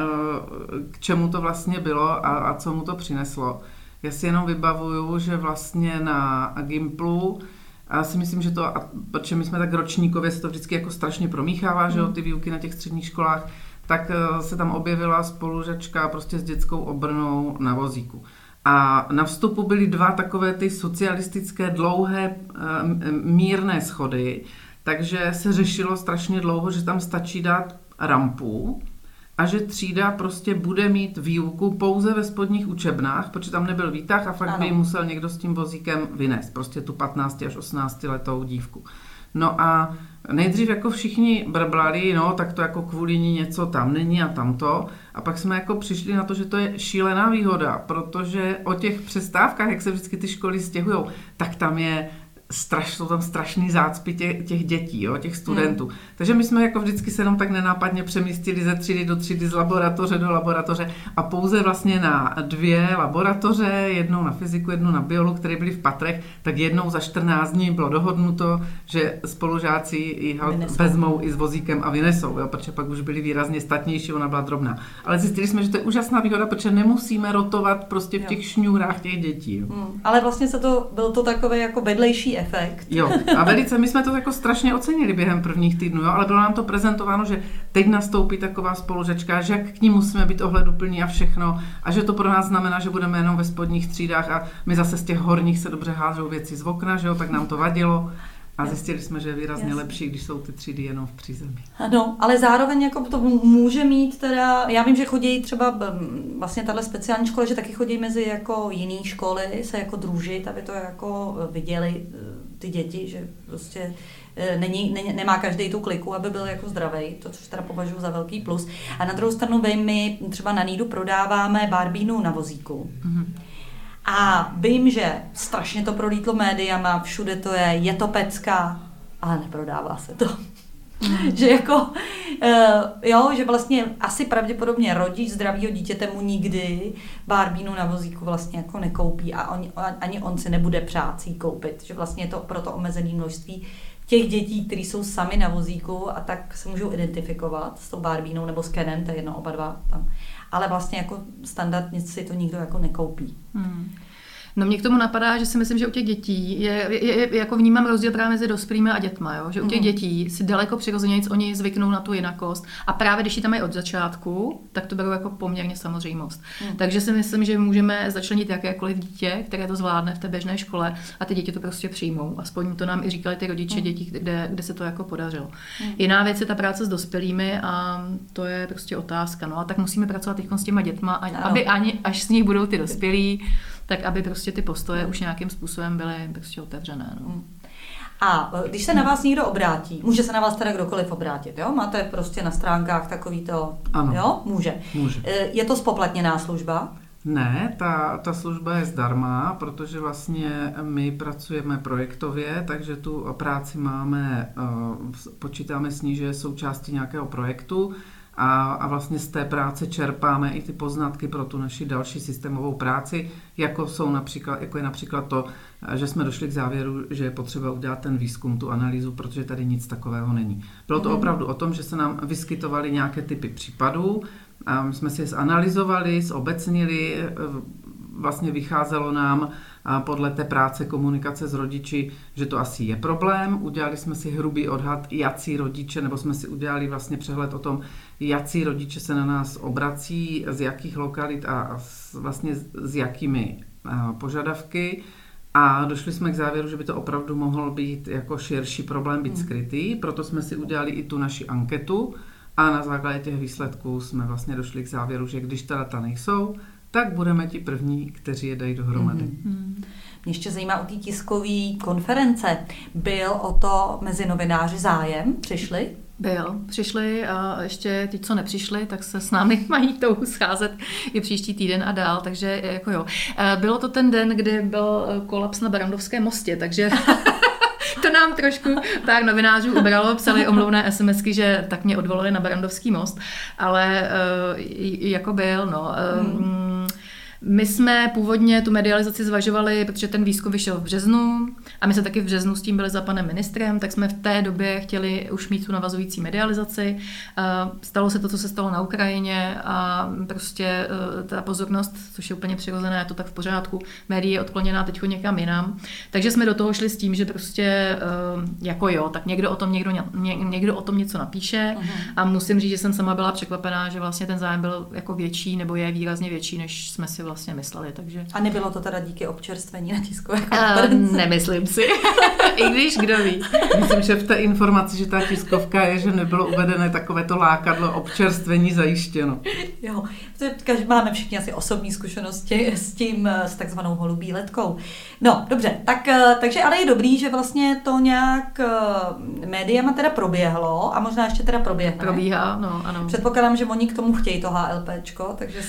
k čemu to vlastně bylo a co mu to přineslo. Já si jenom vybavuju, že vlastně na Gimplu, a si myslím, že to, protože my jsme tak ročníkově, se to vždycky jako strašně promíchává, že jo, ty výuky na těch středních školách, tak se tam objevila spolužačka prostě s dětskou obrnou na vozíku. A na vstupu byly 2 takové ty socialistické dlouhé mírné schody, takže se řešilo strašně dlouho, že tam stačí dát rampu a že třída prostě bude mít výuku pouze ve spodních učebnách, protože tam nebyl výtah a fakt by musel někdo s tím vozíkem vynést, prostě tu 15 až 18 letou dívku. No a nejdřív jako všichni brblali, no tak to jako kvůli ní něco tam není a tamto. A pak jsme jako přišli na to, že to je šílená výhoda, protože o těch přestávkách, jak se vždycky ty školy stěhujou, tak tam jsou tam strašný zácpy těch dětí, jo, těch studentů. Takže my jsme jako vždycky se jenom tak nenápadně přemístili ze třídy do třídy, z laboratoře do laboratoře a pouze vlastně na 2 laboratoře, jednou na fyziku, jednu na biologii, které byly v patrech, tak jednou za 14 dní bylo dohodnuto, že spolužáci ji vezmou i s vozíkem a vynesou, jo, protože pak už byli výrazně statnější, ona byla drobná. Ale zjistili jsme, že to je úžasná výhoda, protože nemusíme rotovat prostě v těch šňůrách těch dětí. Ale vlastně byl to takový jako vedlejší efekt. Jo, a my jsme to jako strašně ocenili během prvních týdnů, jo, ale bylo nám to prezentováno, že teď nastoupí taková spolužačka, že jak k ní musíme být ohleduplní a všechno, a že to pro nás znamená, že budeme jenom ve spodních třídách a my zase z těch horních se dobře házou věci z okna, že jo, tak nám to vadilo. A zjistili jsme, že je výrazně lepší, když jsou ty třídy jenom v přízemí. Ano, ale zároveň jako to může mít teda, já vím, že chodí třeba vlastně tahle speciální škola, že taky chodí mezi jako jiné školy se jako družit, aby to jako viděli ty děti, že prostě nemá každý tu kliku, aby byl jako zdravej, to což teda považuji za velký plus. A na druhou stranu my třeba na Nidu prodáváme barbínu na vozíku. Mm-hmm. A vím, že strašně to prolítlo médiama, všude to je to pecka, ale neprodává se to. Že jako, že vlastně asi pravděpodobně rodič zdravýho dítěte mu nikdy barbínu na vozíku vlastně jako nekoupí a ani on si nebude přát si koupit, že vlastně je to proto omezené množství těch dětí, které jsou sami na vozíku a tak se můžou identifikovat s tou barbínou nebo s Kenem, to je jedno, oba dva tam. Ale vlastně jako standardně si to nikdo jako nekoupí. No mě k tomu napadá, že si myslím, že u těch dětí jako vnímám rozdíl právě mezi dospělými a dětma, jo? Že u těch dětí si daleko přirozenějc oni zvyknou na tu jinakost a právě když ji tam mají od začátku, tak to berou jako poměrně samozřejmost. Takže si myslím, že můžeme začlenit jakékoliv dítě, které to zvládne v té běžné škole a ty děti to prostě přijmou. Aspoň to nám i říkali ty rodiče dětí, kde se to jako podařilo. Jiná věc je ta práce s dospělými a to je prostě otázka. No a tak musíme pracovat s těma dětma, aby až z nich budou ty dospělí, tak aby prostě ty postoje už nějakým způsobem byly prostě otevřené. No. A když se na vás někdo obrátí, může se na vás teda kdokoliv obrátit, jo? Máte prostě na stránkách takový to, ano. Jo? Může. Je to zpoplatněná služba? Ne, ta služba je zdarma, protože vlastně my pracujeme projektově, takže tu práci máme, počítáme s ní, že je součástí nějakého projektu, a vlastně z té práce čerpáme i ty poznatky pro tu naši další systémovou práci, jako je například to, že jsme došli k závěru, že je potřeba udělat ten výzkum, tu analýzu, protože tady nic takového není. Bylo to opravdu o tom, že se nám vyskytovaly nějaké typy případů, a my jsme si je zanalyzovali, zobecnili, vlastně vycházelo nám podle té práce komunikace s rodiči, že to asi je problém. Udělali jsme si hrubý odhad, jací rodiče, nebo jsme si udělali vlastně přehled o tom, jací rodiče se na nás obrací, z jakých lokalit a vlastně s jakými požadavky. A došli jsme k závěru, že by to opravdu mohl být jako širší problém, být skrytý, proto jsme si udělali i tu naši anketu a na základě těch výsledků jsme vlastně došli k závěru, že když ta data nejsou, tak budeme ti první, kteří je dají dohromady. Mě ještě zajímá o té tiskové konference. Byl o to mezi novináři zájem? Přišli? Přišli a ještě ti, co nepřišli, tak se s námi mají touhu scházet i příští týden a dál, takže jako jo. Bylo to ten den, kdy byl kolaps na Barrandovském mostě, takže to nám trošku pár novinářů ubralo, psali omlouvné SMSky, že tak mě odvolali na Barrandovský most, ale jako byl, no. My jsme původně tu medializaci zvažovali, protože ten výzkum vyšel v březnu a my se taky v březnu s tím byli za panem ministrem, tak jsme v té době chtěli už mít tu navazující medializaci. Stalo se to, co se stalo na Ukrajině a prostě ta pozornost, což je úplně přirozené, je to tak v pořádku, médií je odkloněná teď někam jinam. Takže jsme do toho šli s tím, že prostě jako jo, tak někdo o tom něco napíše a musím říct, že jsem sama byla překvapená, že vlastně ten zájem byl jako větší nebo je výrazně větší, než jsme si vlastně mysleli, takže... A nebylo to teda díky občerstvení na tiskové konferenci? Nemyslím si. I když, kdo ví. Myslím, že v té informaci, že ta tiskovka je, že nebylo uvedené takovéto lákadlo občerstvení zajištěno. Jo, máme všichni asi osobní zkušenosti s tím, s takzvanou holubí letkou. No, dobře, takže ale je dobrý, že vlastně to nějak médiama teda proběhlo a možná ještě teda proběhne. Probíhá, no, ano. Předpokládám, že oni k tomu chtějí to HLPčko, takže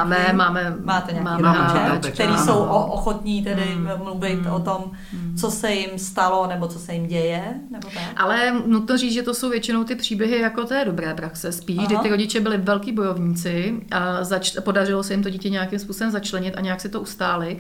máte nějaký rodiče, který jsou ochotní tedy mluvit o tom, co se jim stalo, nebo co se jim děje, nebo tak. Ale nutno říct, že to jsou většinou ty příběhy jako té dobré praxe spíš, kdy ty rodiče byli velký bojovníci a podařilo se jim to dítě nějakým způsobem začlenit a nějak si to ustáli.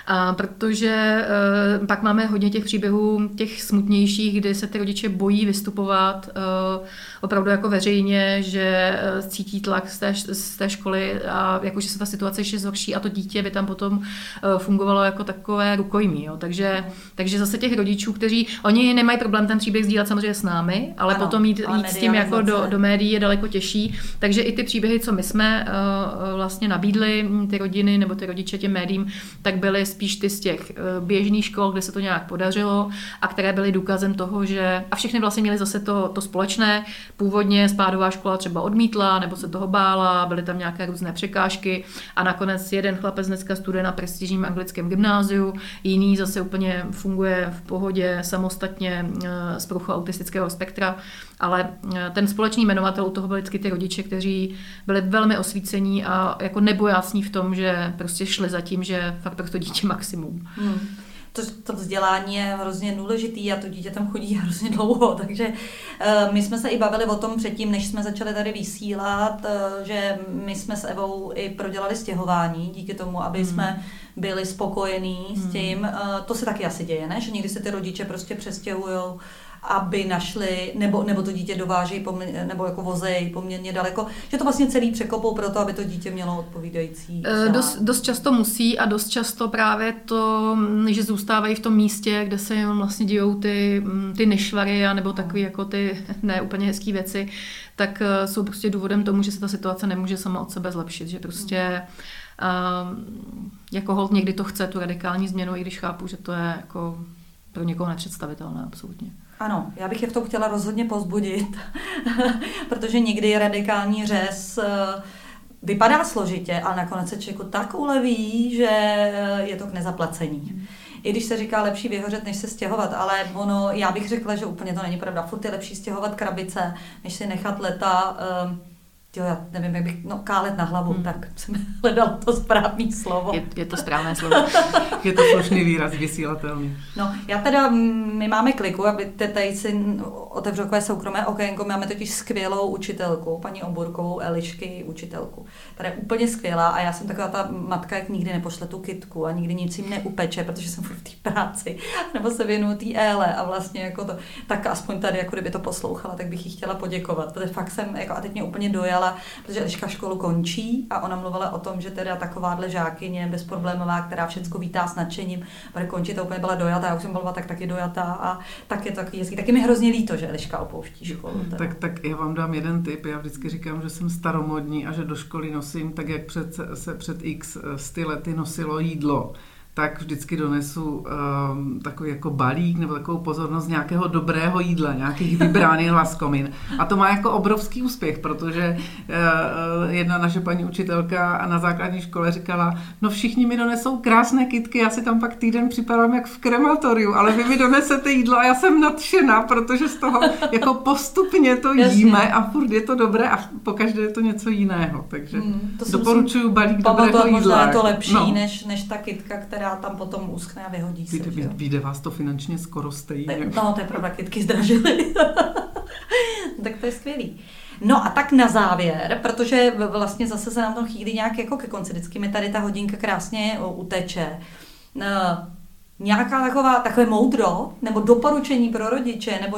Protože pak máme hodně těch příběhů, těch smutnějších, kdy se ty rodiče bojí vystupovat opravdu jako veřejně, že cítí tlak z té školy a jakože se ta situace ještě zhorší a to dítě by tam potom fungovalo jako takové rukojmí. Jo. Takže zase těch rodičů, kteří, oni nemají problém ten příběh sdílet samozřejmě s námi, ale ano, potom jít s tím jako do médií je daleko těžší. Takže i ty příběhy, co my jsme vlastně nabídli, ty rodiny nebo ty rodiče těm médiím, tak byly spíš ty z těch běžných škol, kde se to nějak podařilo a které byly důkazem toho, že a všechny vlastně měly zase to společné. Původně spádová škola třeba odmítla nebo se toho bála, byly tam nějaké různé překážky a nakonec jeden chlapec dneska studuje na prestižním anglickém gymnáziu, jiný zase úplně funguje v pohodě samostatně z poruchou autistického spektra, ale ten společný jmenovatel u toho byli vždycky ty rodiče, kteří byli velmi osvícení a jako nebojácní v tom, že prostě šli za tím, že fakt pro to dítě maximum. To vzdělání je hrozně důležitý a to dítě tam chodí hrozně dlouho, takže my jsme se i bavili o tom předtím, než jsme začali tady vysílat, že my jsme s Evou i prodělali stěhování díky tomu, aby jsme byli spokojení s tím. To se taky asi děje, ne? Že někdy se ty rodiče prostě přestěhujou, aby našli, nebo to dítě dovážejí nebo jako vozejí poměrně daleko, že to vlastně celý překopou pro to, aby to dítě mělo odpovídající dost často musí a dost často právě to, že zůstávají v tom místě, kde se jim vlastně dějou ty nešvary a nebo takové jako ty ne úplně hezký věci, tak jsou prostě důvodem tomu, že se ta situace nemůže sama od sebe zlepšit, že prostě jako holt někdy to chce tu radikální změnu, i když chápu, že to je jako pro někoho nepředstavitelné absolutně. Ano, já bych je v tom chtěla rozhodně povzbudit, protože někdy radikální řez vypadá složitě, ale nakonec se člověku tak uleví, že je to k nezaplacení. I když se říká lepší vyhořet, než se stěhovat, ale já bych řekla, že úplně to není pravda. Furt je lepší stěhovat krabice, než si nechat leta... já nevím, jak bych, kálet na hlavu, tak jsem hledala to správné slovo. Je to správné slovo. Je to slušný výraz, vysílatelný. My máme Kliku, aby tady si otevřel takové soukromé okénko, máme totiž skvělou učitelku, paní Oburkovou, Elišky, učitelku, která je úplně skvělá a já jsem taková ta matka, jak nikdy nepošle tu kitku a nikdy nic jim neupeče, protože jsem furt v té práci, nebo se věnuju té Ele a vlastně jako to, tak aspoň tady, jako kdyby to poslouchala, tak bych jí chtěla poděkovat, protože fakt jsem, jako, a teď mě úplně dojala říkala, protože Eliška školu končí a ona mluvila o tom, že teda takováhle žákyně bezproblémová, která všecko vítá s nadšením, bude končit a úplně byla dojatá, já už jsem byla taky dojatá a tak je to taky hezký. Taky mi hrozně líto, že Eliška opouští školu. Tak já vám dám jeden tip. Já vždycky říkám, že jsem staromodní a že do školy nosím tak, jak se před x lety nosilo jídlo. Tak vždycky donesu takový jako balík nebo takovou pozornost nějakého dobrého jídla, nějakých vybraných laskomin. A to má jako obrovský úspěch, protože jedna naše paní učitelka na základní škole říkala, no všichni mi donesou krásné kytky, já si tam pak týden připadám jak v krematoriu, ale vy mi donesete jídlo a já jsem nadšená, protože z toho jako postupně to jíme a furt je to dobré a pokaždé je to něco jiného. Takže doporučuju balík dobrého jídla. Možná je to lepší než ta kytka, která tam potom uschne a vyhodí se. Vyjde vás to finančně skoro stejně. No, to je pravda, kytky zdražily. Tak to je skvělý. No a tak na závěr, protože vlastně zase se nám to chýlí nějak jako ke konci, vždycky mi tady ta hodinka krásně uteče. Nějaká takové moudro, nebo doporučení pro rodiče, nebo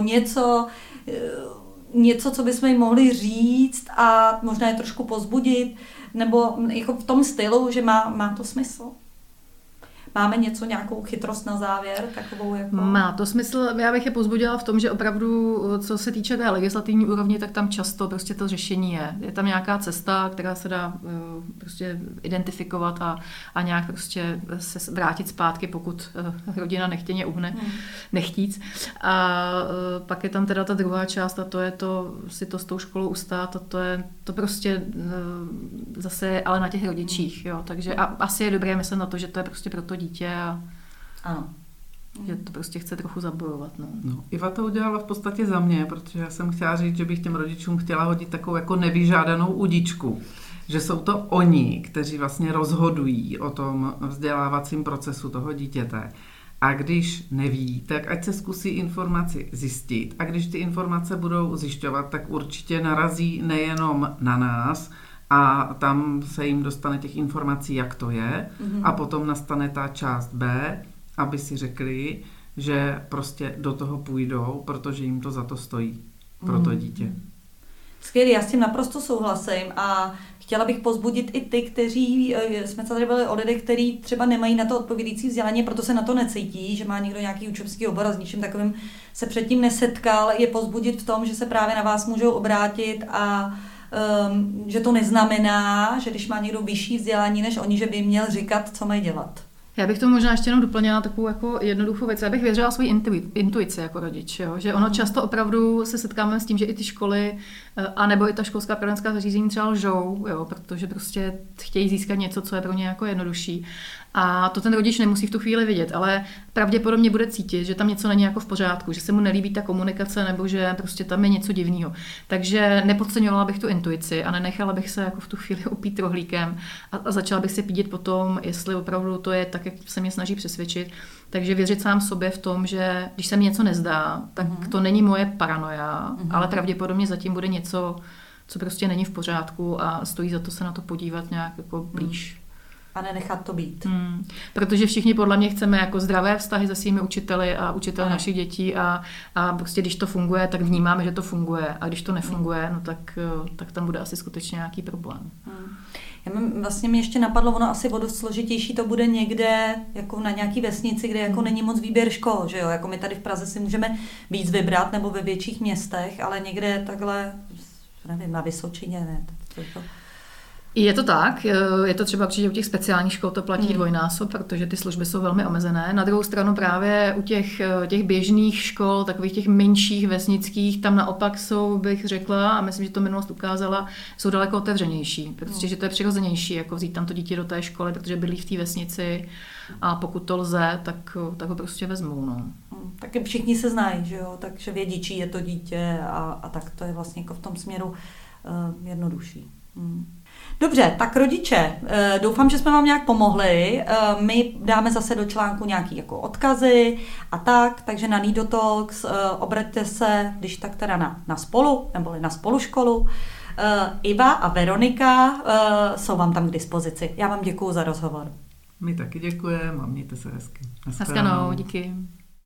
něco, co bychom jim mohli říct a možná je trošku pozbudit, nebo jako v tom stylu, že má to smysl. Máme nějakou chytrost na závěr? Takovou jako... Má to smysl. Já bych je pozbudila v tom, že opravdu, co se týče té legislativní úrovni, tak tam často prostě to řešení je. Je tam nějaká cesta, která se dá prostě identifikovat a nějak prostě se vrátit zpátky, pokud rodina nechtěně uhne, nechtíc. A pak je tam teda ta druhá část a to je to, si to s tou školou ustát a to prostě zase ale na těch rodičích. Jo. Takže asi je dobré myslet na to, že to je prostě pro to dítě a že to prostě chce trochu zabojovat. No, Iva to udělala v podstatě za mě, protože já jsem chtěla říct, že bych těm rodičům chtěla hodit takovou jako nevyžádanou udičku, že jsou to oni, kteří vlastně rozhodují o tom vzdělávacím procesu toho dítěte. A když neví, tak ať se zkusí informaci zjistit. A když ty informace budou zjišťovat, tak určitě narazí nejenom na nás, a tam se jim dostane těch informací, jak to je, a potom nastane ta část B, aby si řekli, že prostě do toho půjdou, protože jim to za to stojí pro to dítě. Skvělý, já s tím naprosto souhlasím a chtěla bych pozbudit i ty, kteří, jsme tady byli o lidech, kteří třeba nemají na to odpovídající vzdělání, proto se na to necítí, že má někdo nějaký učňovský obor a s ničím takovým se předtím nesetkal, je pozbudit v tom, že se právě na vás můžou obrátit a že to neznamená, že když má někdo vyšší vzdělání než oni, že by měl říkat, co mají dělat. Já bych to možná ještě jenom doplnila takovou jako jednoduchou věc. Já bych věřila svoji intuici jako rodič, jo? Že ono často opravdu se setkáme s tím, že i ty školy, anebo i ta školská poradenská zařízení třeba lžou, jo? Protože prostě chtějí získat něco, co je pro ně jako jednodušší. A to ten rodič nemusí v tu chvíli vidět, ale pravděpodobně bude cítit, že tam něco není jako v pořádku, že se mu nelíbí ta komunikace nebo že prostě tam je něco divného. Takže nepodceňovala bych tu intuici a nenechala bych se jako v tu chvíli opít rohlíkem a začala bych si pídit potom, jestli opravdu to je tak, jak se mě snaží přesvědčit. Takže věřit sám sobě v tom, že když se mi něco nezdá, tak to není moje paranoia, ale pravděpodobně zatím bude něco, co prostě není v pořádku a stojí za to se na to podívat nějak jako blíž. A nenechat to být. Protože všichni podle mě chceme jako zdravé vztahy se svými učiteli a učiteli našich dětí a prostě když to funguje, tak vnímáme, že to funguje a když to nefunguje, no tak tam bude asi skutečně nějaký problém. Vlastně mi ještě napadlo, ono asi o dost složitější to bude někde jako na nějaký vesnici, kde jako není moc výběr škol, že jo? Jako my tady v Praze si můžeme víc vybrat nebo ve větších městech, ale někde takhle, nevím, na Vysočině, ne? Je to tak, je to třeba určitě u těch speciálních škol to platí dvojnásob, protože ty služby jsou velmi omezené. Na druhou stranu právě u těch běžných škol, takových těch menších vesnických, tam naopak jsou, bych řekla, a myslím, že to minulost ukázala, jsou daleko otevřenější, protože že to je přirozenější, jako vzít tam to dítě do té školy, protože bydlí v té vesnici a pokud to lze, tak ho prostě vezmou. No. Taky všichni se znají, že jo? Takže vědí, čí je to dítě a tak to je vlastně jako v tom směru jednodušší. Dobře, tak rodiče, doufám, že jsme vám nějak pomohli. My dáme zase do článku nějaký jako odkazy a tak, takže na Nido Talks obraťte se, když tak teda na Spolu, neboli na Spoluškolu. Iva a Veronika jsou vám tam k dispozici. Já vám děkuju za rozhovor. My taky děkujeme a mějte se hezky. Naschledanou, díky.